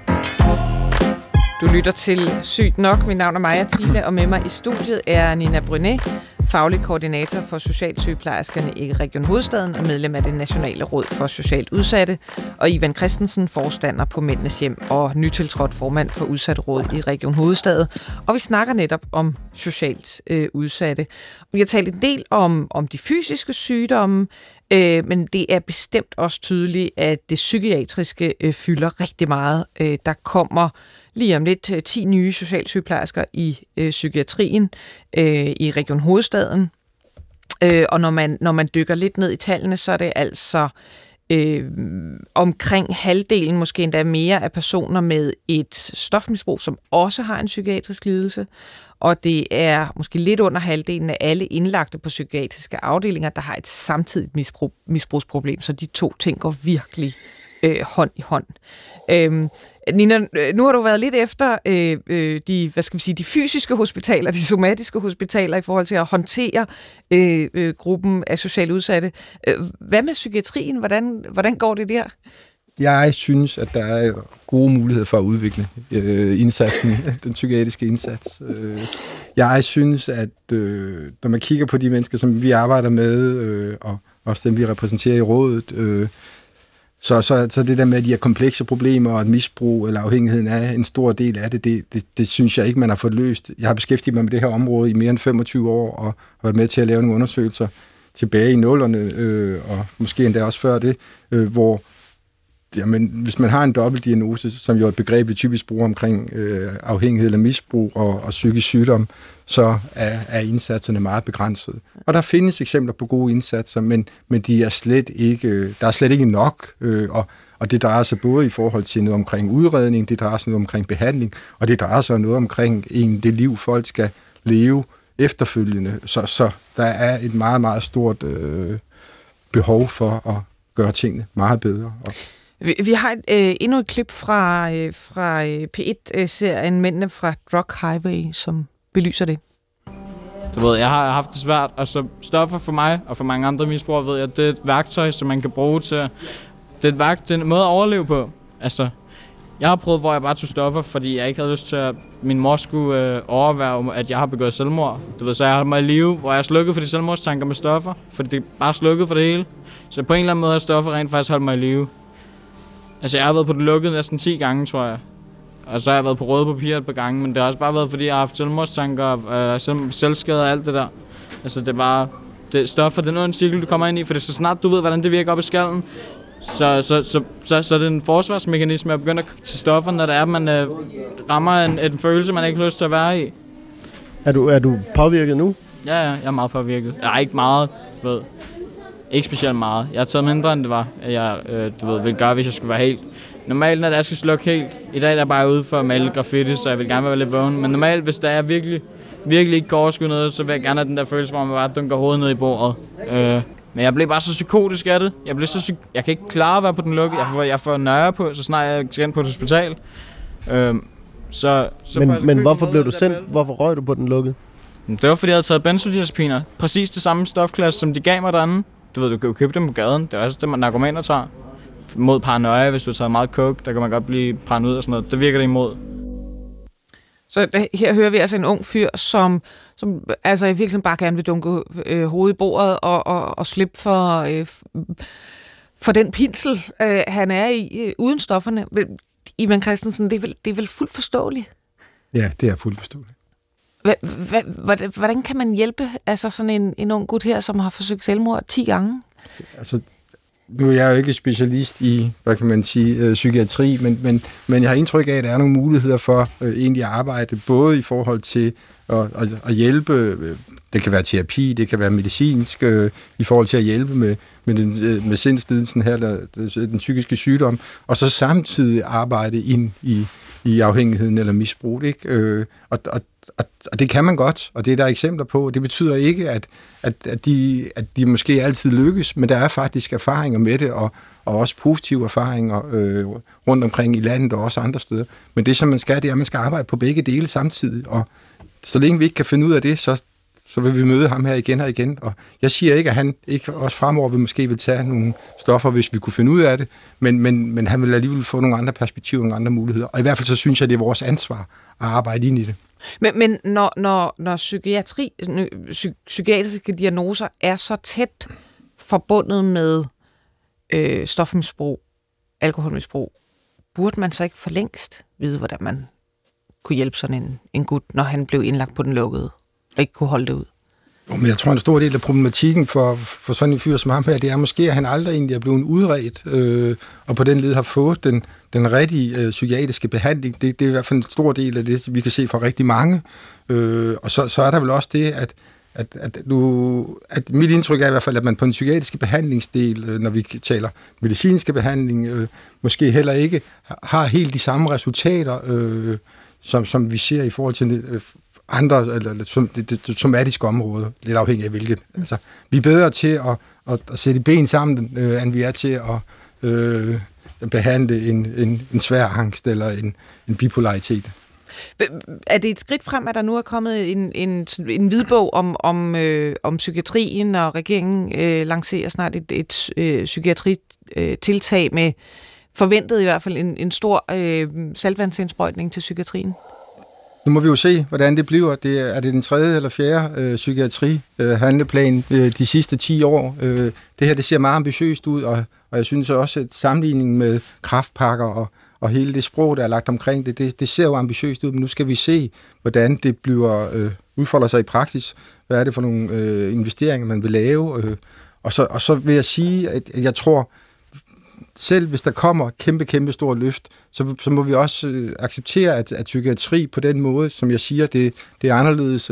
Du lytter til Sygt Nok. Mit navn er Maja Thiele, og med mig i studiet er Nina Brunet, faglig koordinator for socialsygeplejerskerne i Region Hovedstaden og medlem af det Nationale Råd for Socialt Udsatte, og Ivan Christensen, forstander på Mændenes Hjem og nytiltrådt formand for Udsatterådet i Region Hovedstaden. Og vi snakker netop om socialt udsatte. Vi har talt en del om de fysiske sygdomme, men det er bestemt også tydeligt, at det psykiatriske fylder rigtig meget. Der kommer lige om lidt 10 nye socialsygeplejersker i psykiatrien i Region Hovedstaden. Og når man dykker lidt ned i tallene, så er det altså omkring halvdelen, måske endda mere, af personer med et stofmisbrug, som også har en psykiatrisk lidelse. Og det er måske lidt under halvdelen af alle indlagte på psykiatriske afdelinger, der har et samtidigt misbrugsproblem. Så de to ting går virkelig hånd i hånd. Nina, nu har du været lidt efter de fysiske hospitaler, de somatiske hospitaler i forhold til at håndtere gruppen af socialt udsatte. Hvad med psykiatrien? Hvordan går det der? Jeg synes, at der er gode muligheder for at udvikle indsatsen, den psykiatriske indsats. Jeg synes, at når man kigger på de mennesker, som vi arbejder med, og også dem, vi repræsenterer i rådet, så det der med, at de har komplekse problemer, og et misbrug eller afhængigheden af en stor del af det synes jeg ikke, man har fået løst. Jeg har beskæftiget mig med det her område i mere end 25 år, og har været med til at lave nogle undersøgelser tilbage i 00'erne, og måske endda også før det, hvor hvis man har en dobbeltdiagnose, som jo er et begreb, vi typisk bruger omkring afhængighed eller misbrug og psykisk sygdom, så er indsatserne meget begrænsede. Og der findes eksempler på gode indsatser, men de er der er slet ikke nok, og det drejer sig både i forhold til noget omkring udredning, det drejer sig noget omkring behandling, og det drejer sig noget omkring det liv, folk skal leve efterfølgende. Så der er et meget, meget stort behov for at gøre tingene meget bedre. Vi har endnu et klip fra P1-serien Mændene fra Drug Highway, som belyser det. Du ved, jeg har haft det svært, og så stoffer for mig og for mange andre misbrugere, ved jeg, det er et værktøj, som man kan bruge til. Det er en måde at overleve på. Altså, jeg har prøvet, hvor jeg bare tog stoffer, fordi jeg ikke havde lyst til, at min mor skulle overvære, at jeg har begået selvmord. Du ved, så jeg har mig i live, hvor jeg er slukket for de selvmordstanker med stoffer, fordi det er bare slukket for det hele. Så på en eller anden måde har stoffer rent faktisk holdt mig i live. Altså, jeg har været på det lukkede næsten 10 gange, tror jeg. Og så har jeg været på røde papir et par gange, men det har også bare været, fordi jeg har haft selvmordstanker, selvskade og alt det der. Altså, det er bare... stoffer, det er noget en cirkel, du kommer ind i, for det er så snart du ved, hvordan det virker op i skallen, så er det en forsvarsmekanisme at begynde at tage stoffer, når det er, at man rammer en følelse, man ikke har lyst til at være i. Er du påvirket nu? Ja, jeg er meget påvirket. Jeg er ikke meget, ved. Ikke specielt meget. Jeg har taget mindre, end det var, jeg ville gøre, hvis jeg skulle være helt. Normalt, når jeg skal slukke helt. I dag er jeg bare ude for at male graffiti, så jeg vil gerne være lidt vågen. Men normalt, hvis der er virkelig ikke kan overskue noget, så vil jeg gerne have den der følelse, hvor man bare dunker hovedet ned i bordet. Men jeg blev bare så psykotisk af det. Jeg kan ikke klare at være på den lukkede. Jeg får nøje på, så snart jeg skal ind på et hospital. Men hvorfor blev du sendt? Hvorfor røg du på den lukkede? Det var, fordi jeg havde taget benzodiazepiner. Præcis det samme stofklasse, som de gav mig derinde. Du ved, du kan jo købe dem på gaden. Det er også det, man narkomaner tager. Mod paranoia, hvis du har taget meget coke, der kan man godt blive paranoid og sådan noget. Det virker det imod. Så her hører vi altså en ung fyr, som altså i virkeligheden bare gerne vil dunke hovedet i bordet og slippe for den pinsel, han er i, uden stofferne. Ivan Christensen, det er vel fuldt forståeligt? Ja, det er fuldt forståeligt. Hvordan kan man hjælpe altså sådan en ung gut her, som har forsøgt selvmord 10 gange? Altså, nu er jeg jo ikke specialist i, hvad kan man sige, psykiatri, men jeg har indtryk af, at der er nogle muligheder for egentlig at arbejde, både i forhold til at hjælpe, det kan være terapi, det kan være medicinsk, i forhold til at hjælpe med sindslidelsen her, den psykiske sygdom, og så samtidig arbejde ind i afhængigheden eller misbrug, ikke? Og det kan man godt, og det er der eksempler på. Det betyder ikke, at de måske altid lykkes, men der er faktisk erfaringer med det, og også positive erfaringer rundt omkring i landet og også andre steder. Men det, som man skal, det er, at man skal arbejde på begge dele samtidig, og så længe vi ikke kan finde ud af det, så vil vi møde ham her igen og igen. Og jeg siger ikke, at han ikke også fremover vil tage nogle stoffer, hvis vi kunne finde ud af det, men han vil alligevel få nogle andre perspektiver, nogle andre muligheder. Og i hvert fald så synes jeg, det er vores ansvar at arbejde ind i det. Men når psykiatriske diagnoser er så tæt forbundet med stofmisbrug, alkoholmisbrug, burde man så ikke for længst vide, hvordan man kunne hjælpe sådan en gut, når han blev indlagt på den lukkede, og ikke kunne holde det ud? Men jeg tror, en stor del af problematikken for sådan en fyr som ham her, det er måske, at han aldrig egentlig er blevet udredt, og på den led har fået den rigtige psykiatriske behandling. Det er i hvert fald en stor del af det, vi kan se fra rigtig mange. Og så er der vel også det, at mit indtryk er i hvert fald, at man på den psykiatriske behandlingsdel, når vi taler medicinske behandling, måske heller ikke har helt de samme resultater, som vi ser i forhold til andre, eller det somatiske område, lidt afhængig af hvilket. Altså, vi er bedre til at sætte ben sammen, end vi er til at behandle en svær angst eller en bipolaritet. Er det et skridt frem, at der nu er kommet en hvidbog om psykiatrien, og regeringen lancerer snart et psykiatritiltag med forventet i hvert fald en stor saltvandsindsprøjtning til psykiatrien? Nu må vi jo se, hvordan det bliver. Er det den 3. eller 4. psykiatri-handleplan de sidste 10 år. Det her, det ser meget ambitiøst ud, og jeg synes også, at sammenligningen med kræftpakker og hele det sprog, der er lagt omkring det ser jo ambitiøst ud, men nu skal vi se, hvordan det bliver udfolder sig i praksis. Hvad er det for nogle investeringer, man vil lave? Og så vil jeg sige, at jeg tror, selv hvis der kommer kæmpe stort løft, så må vi også acceptere, at psykiatri på den måde, som jeg siger, det er anderledes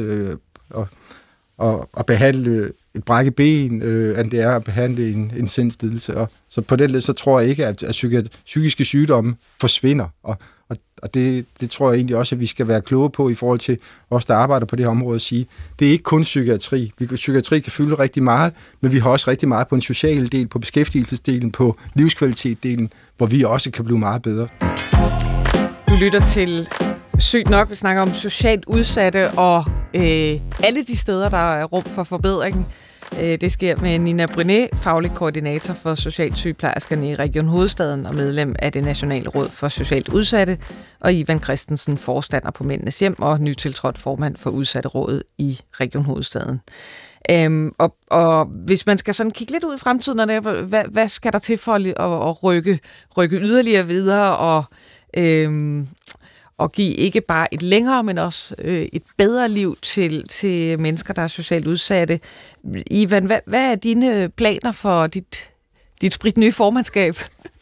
at behandle et brækket ben, end det er at behandle en sindslidelse. Og så på den led, så tror jeg ikke, at psykiske sygdomme forsvinder. Og det tror jeg egentlig også, at vi skal være kloge på i forhold til os, der arbejder på det her område, at sige, det er ikke kun psykiatri. Psykiatri kan fylde rigtig meget, men vi har også rigtig meget på en social del, på beskæftigelsesdelen, på livskvalitetsdelen, hvor vi også kan blive meget bedre. Du lytter til Sygt nok, vi snakker om socialt udsatte og alle de steder, der er rum for forbedring. Det sker med Nina Brunet, faglig koordinator for socialsygeplejerskerne i Region Hovedstaden og medlem af det Nationale Råd for Socialt Udsatte, og Ivan Christensen, forstander på Mændenes Hjem og nytiltrådt formand for Udsatterådet i Region Hovedstaden. Og hvis man skal sådan kigge lidt ud i fremtiden, hvad skal der til for at rykke yderligere videre og give ikke bare et længere, men også et bedre liv til mennesker, der er socialt udsatte. Ivan, hvad er dine planer for dit spritnye formandskab?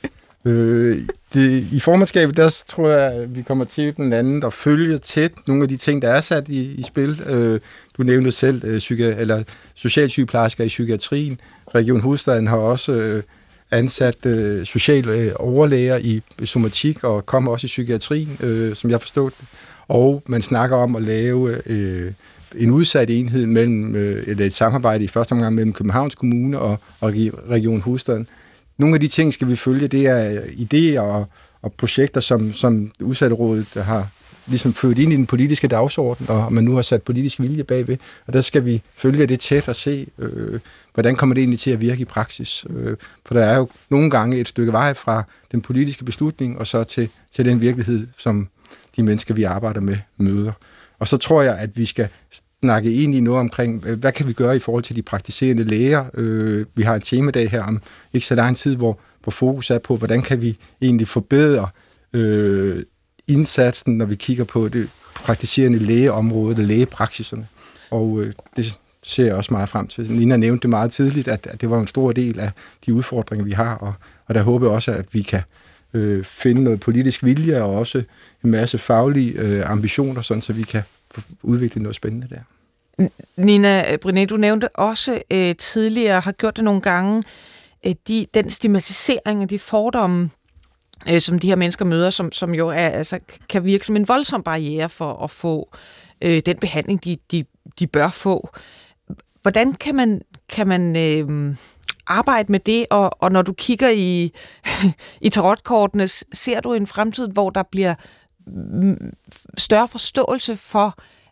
I formandskabet, der tror jeg, at vi kommer til blandt andet at følge tæt nogle af de ting, der er sat i spil. Du nævnte selv socialsygeplejersker i psykiatrien. Region Hovedstaden har også ansat sociale overlæger i somatik og kommer også i psykiatrien, som jeg forstod det. Og man snakker om at lave en udsat enhed mellem et samarbejde i første omgang mellem Københavns Kommune og Region Hovedstaden. Nogle af de ting skal vi følge, det er idéer og projekter, som Udsatterådet har ligesom født ind i den politiske dagsorden, og man nu har sat politisk vilje bagved. Og der skal vi følge det tæt og se, hvordan kommer det egentlig til at virke i praksis. For der er jo nogle gange et stykke vej fra den politiske beslutning, og så til den virkelighed, som de mennesker, vi arbejder med, møder. Og så tror jeg, at vi skal snakke egentlig noget omkring, hvad kan vi gøre i forhold til de praktiserende læger. Vi har en temadag her om ikke så lang tid, hvor fokus er på, hvordan kan vi egentlig forbedre indsatsen, når vi kigger på det praktiserende lægeområde, det lægepraksiserne. Og det ser jeg også meget frem til. Nina nævnte det meget tidligt, at det var en stor del af de udfordringer, vi har, og der håber jeg også, at vi kan finde noget politisk vilje og også en masse faglige ambitioner, sådan så vi kan udvikle noget spændende der. Nina Brinet, du nævnte også tidligere, har gjort det nogle gange, den stigmatisering af de fordomme, som de her mennesker møder, som jo kan virke som en voldsom barriere for at få den behandling, de bør få. Hvordan kan man arbejde med det, og når du kigger i tarotkortene, ser du en fremtid, hvor der bliver større forståelse for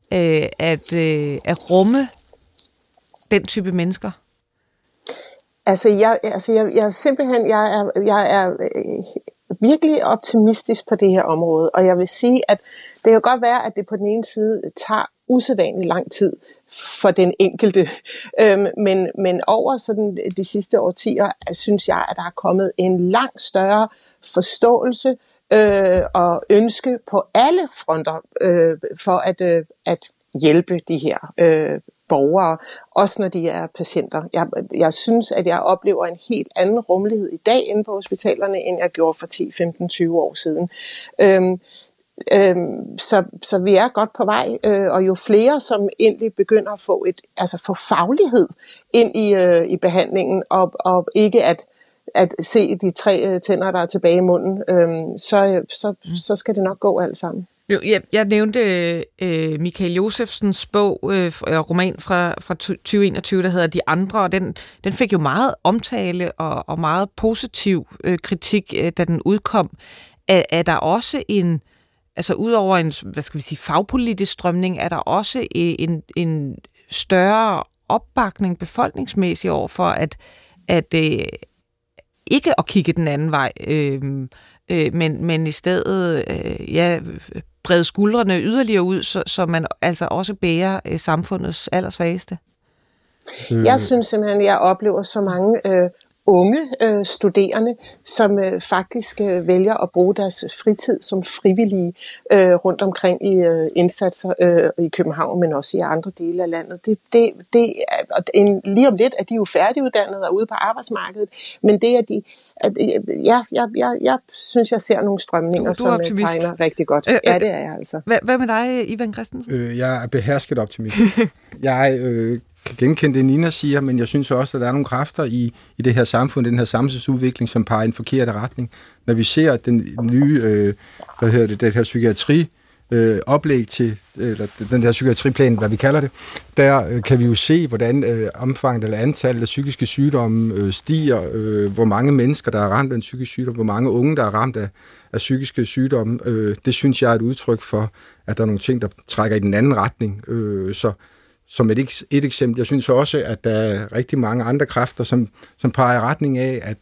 at rumme den type mennesker? Jeg er virkelig optimistisk på det her område, og jeg vil sige, at det kan godt være, at det på den ene side tager usædvanligt lang tid for den enkelte, men over sådan de sidste årtier, synes jeg, at der er kommet en langt større forståelse og ønske på alle fronter for at hjælpe de her borgere, også når de er patienter. Jeg synes, at jeg oplever en helt anden rummelighed i dag inde på hospitalerne, end jeg gjorde for 10, 15, 20 år siden. Så vi er godt på vej, og jo flere, som endelig begynder at få faglighed ind i behandlingen, og ikke at se de 3 tænder, der er tilbage i munden, så skal det nok gå alt sammen. Jo, jeg nævnte Michael Josefsens bog, roman fra 2021, der hedder De Andre, og den fik jo meget omtale og meget positiv kritik, da den udkom. Er der også udover en, fagpolitisk strømning, er der også en større opbakning befolkningsmæssigt over for at ikke at kigge den anden vej, men i stedet brede skuldrene yderligere ud, så man altså også bærer samfundets allersvageste? Jeg synes simpelthen, at jeg oplever så mange unge studerende, som faktisk vælger at bruge deres fritid som frivillige rundt omkring i indsatser i København, men også i andre dele af landet. Lige om lidt er de jo færdiguddannede og ude på arbejdsmarkedet, men det er de. Jeg synes, jeg ser nogle strømninger, som tegner rigtig godt. Ja, det er jeg altså. Hvad med dig, Ivan Christensen? Jeg er behersket optimist. Jeg kan genkende det, Nina siger, men jeg synes også, at der er nogle kræfter i det her samfund, den her samfundsudvikling, som peger i en forkert retning. Når vi ser den nye, det her psykiatri, oplæg til, eller den der psykiatriplan, hvad vi kalder det, der kan vi jo se, hvordan omfanget eller antallet af psykiske sygdomme stiger, hvor mange mennesker, der er ramt af en psykisk sygdom, hvor mange unge, der er ramt af psykiske sygdomme. Det synes jeg er et udtryk for, at der er nogle ting, der trækker i den anden retning. Så som et eksempel, jeg synes også, at der er rigtig mange andre kræfter, som peger i retning af,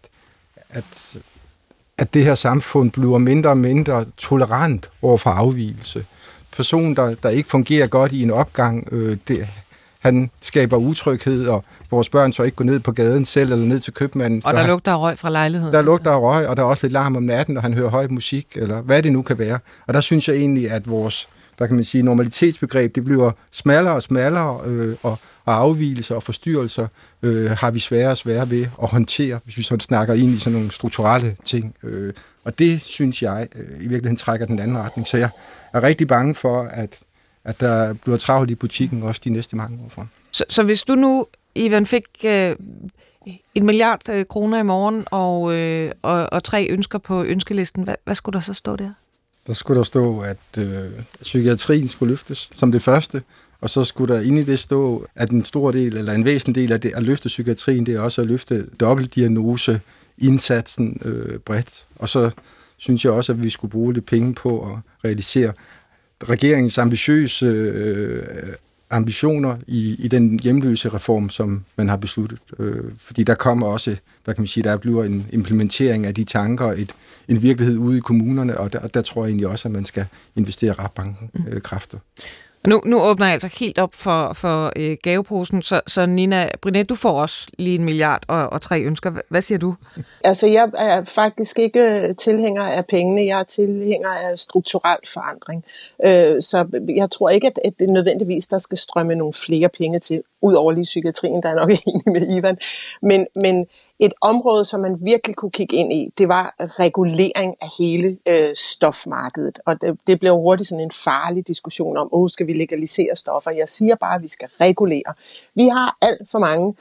at det her samfund bliver mindre og mindre tolerant over for afvigelse. Person, der ikke fungerer godt i en opgang, han skaber utryghed, og vores børn så ikke går ned på gaden selv, eller ned til købmanden. Og der lugter af røg fra lejligheden. Der lugter af røg, og der er også lidt larm om natten, og han hører høj musik, eller hvad det nu kan være. Og der synes jeg egentlig, at vores, der kan man sige, normalitetsbegreb, det bliver smallere og smallere, og afvigelser og forstyrrelser har vi sværere og sværere ved at håndtere, hvis vi sådan snakker ind i sådan nogle strukturelle ting. Og det synes jeg i virkeligheden trækker den anden retning. Så jeg er rigtig bange for, at der bliver travlt i butikken også de næste mange år frem. Så hvis du nu, Ivan, fik 1 milliard kroner i morgen og 3 ønsker på ønskelisten, hvad skulle der så stå der? Der skulle der stå, at psykiatrien skulle løftes som det første, Og så skulle der inde i det stå, at en stor del, eller en væsentlig del af det at løfte psykiatrien, det er også at løfte dobbeltdiagnose, indsatsen bredt. Og så synes jeg også, at vi skulle bruge lidt penge på at realisere regeringens ambitiøse ambitioner i den hjemløse reform, som man har besluttet. Fordi der kommer også, hvad kan man sige, der bliver en implementering af de tanker, en virkelighed ude i kommunerne, og der tror jeg egentlig også, at man skal investere ret mange kræfter. Nu åbner jeg altså helt op for gaveposen, så Nina Brinette, du får også lige 1 milliard og 3 ønsker. Hvad siger du? Altså, jeg er faktisk ikke tilhænger af pengene. Jeg er tilhænger af strukturel forandring. Så jeg tror ikke, at det nødvendigvis, der skal strømme nogle flere penge til, ud over lige psykiatrien, der er nok enig med Ivan. Men et område, som man virkelig kunne kigge ind i, det var regulering af hele stofmarkedet. Og det blev hurtigt sådan en farlig diskussion om, skal vi legalisere stoffer? Jeg siger bare, at vi skal regulere. Vi har alt for mange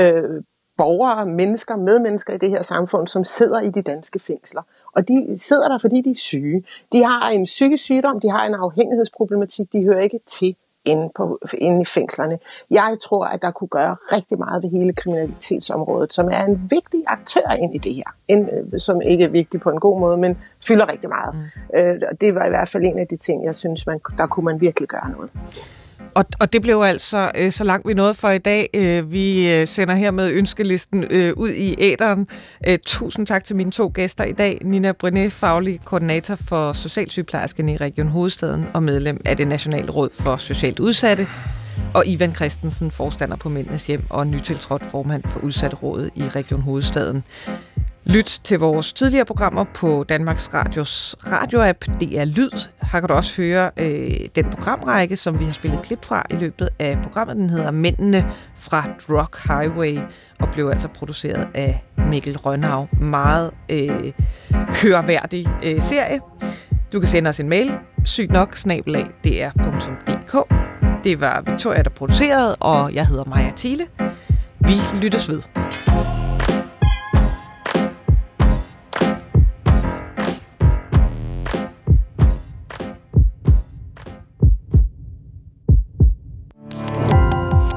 borgere, medmennesker i det her samfund, som sidder i de danske fængsler. Og de sidder der, fordi de er syge. De har en psykisk sygdom, de har en afhængighedsproblematik, de hører ikke til inde i fængslerne. Jeg tror, at der kunne gøre rigtig meget ved hele kriminalitetsområdet, som er en vigtig aktør ind i det her. Som ikke er vigtig på en god måde, men fylder rigtig meget. Det var i hvert fald en af de ting, jeg synes, der kunne man virkelig gøre noget. Og det blev altså så langt vi nåede for i dag. Vi sender her med ønskelisten ud i æteren. Tusind tak til mine 2 gæster i dag. Nina Brinette, faglig koordinator for Socialsygeplejersken i Region Hovedstaden og medlem af det Nationale Råd for Socialt Udsatte. Og Ivan Christensen, forstander på Mændenes Hjem og nytiltrådt formand for Udsatterådet i Region Hovedstaden. Lyt til vores tidligere programmer på Danmarks Radios radioapp DR Lyd. Her kan du også høre den programrække, som vi har spillet klip fra i løbet af programmet. Den hedder Mændene fra Drug Highway og blev altså produceret af Mikkel Rønnav. Meget hørværdig serie. Du kan sende os en mail, sygnok@dr.dk. Det var Victoria, der producerede, og jeg hedder Maja Thiele. Vi lyttes ved.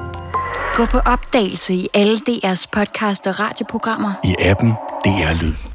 Gå på opdagelse i alle DR's podcast og radioprogrammer. I appen DR Lyd.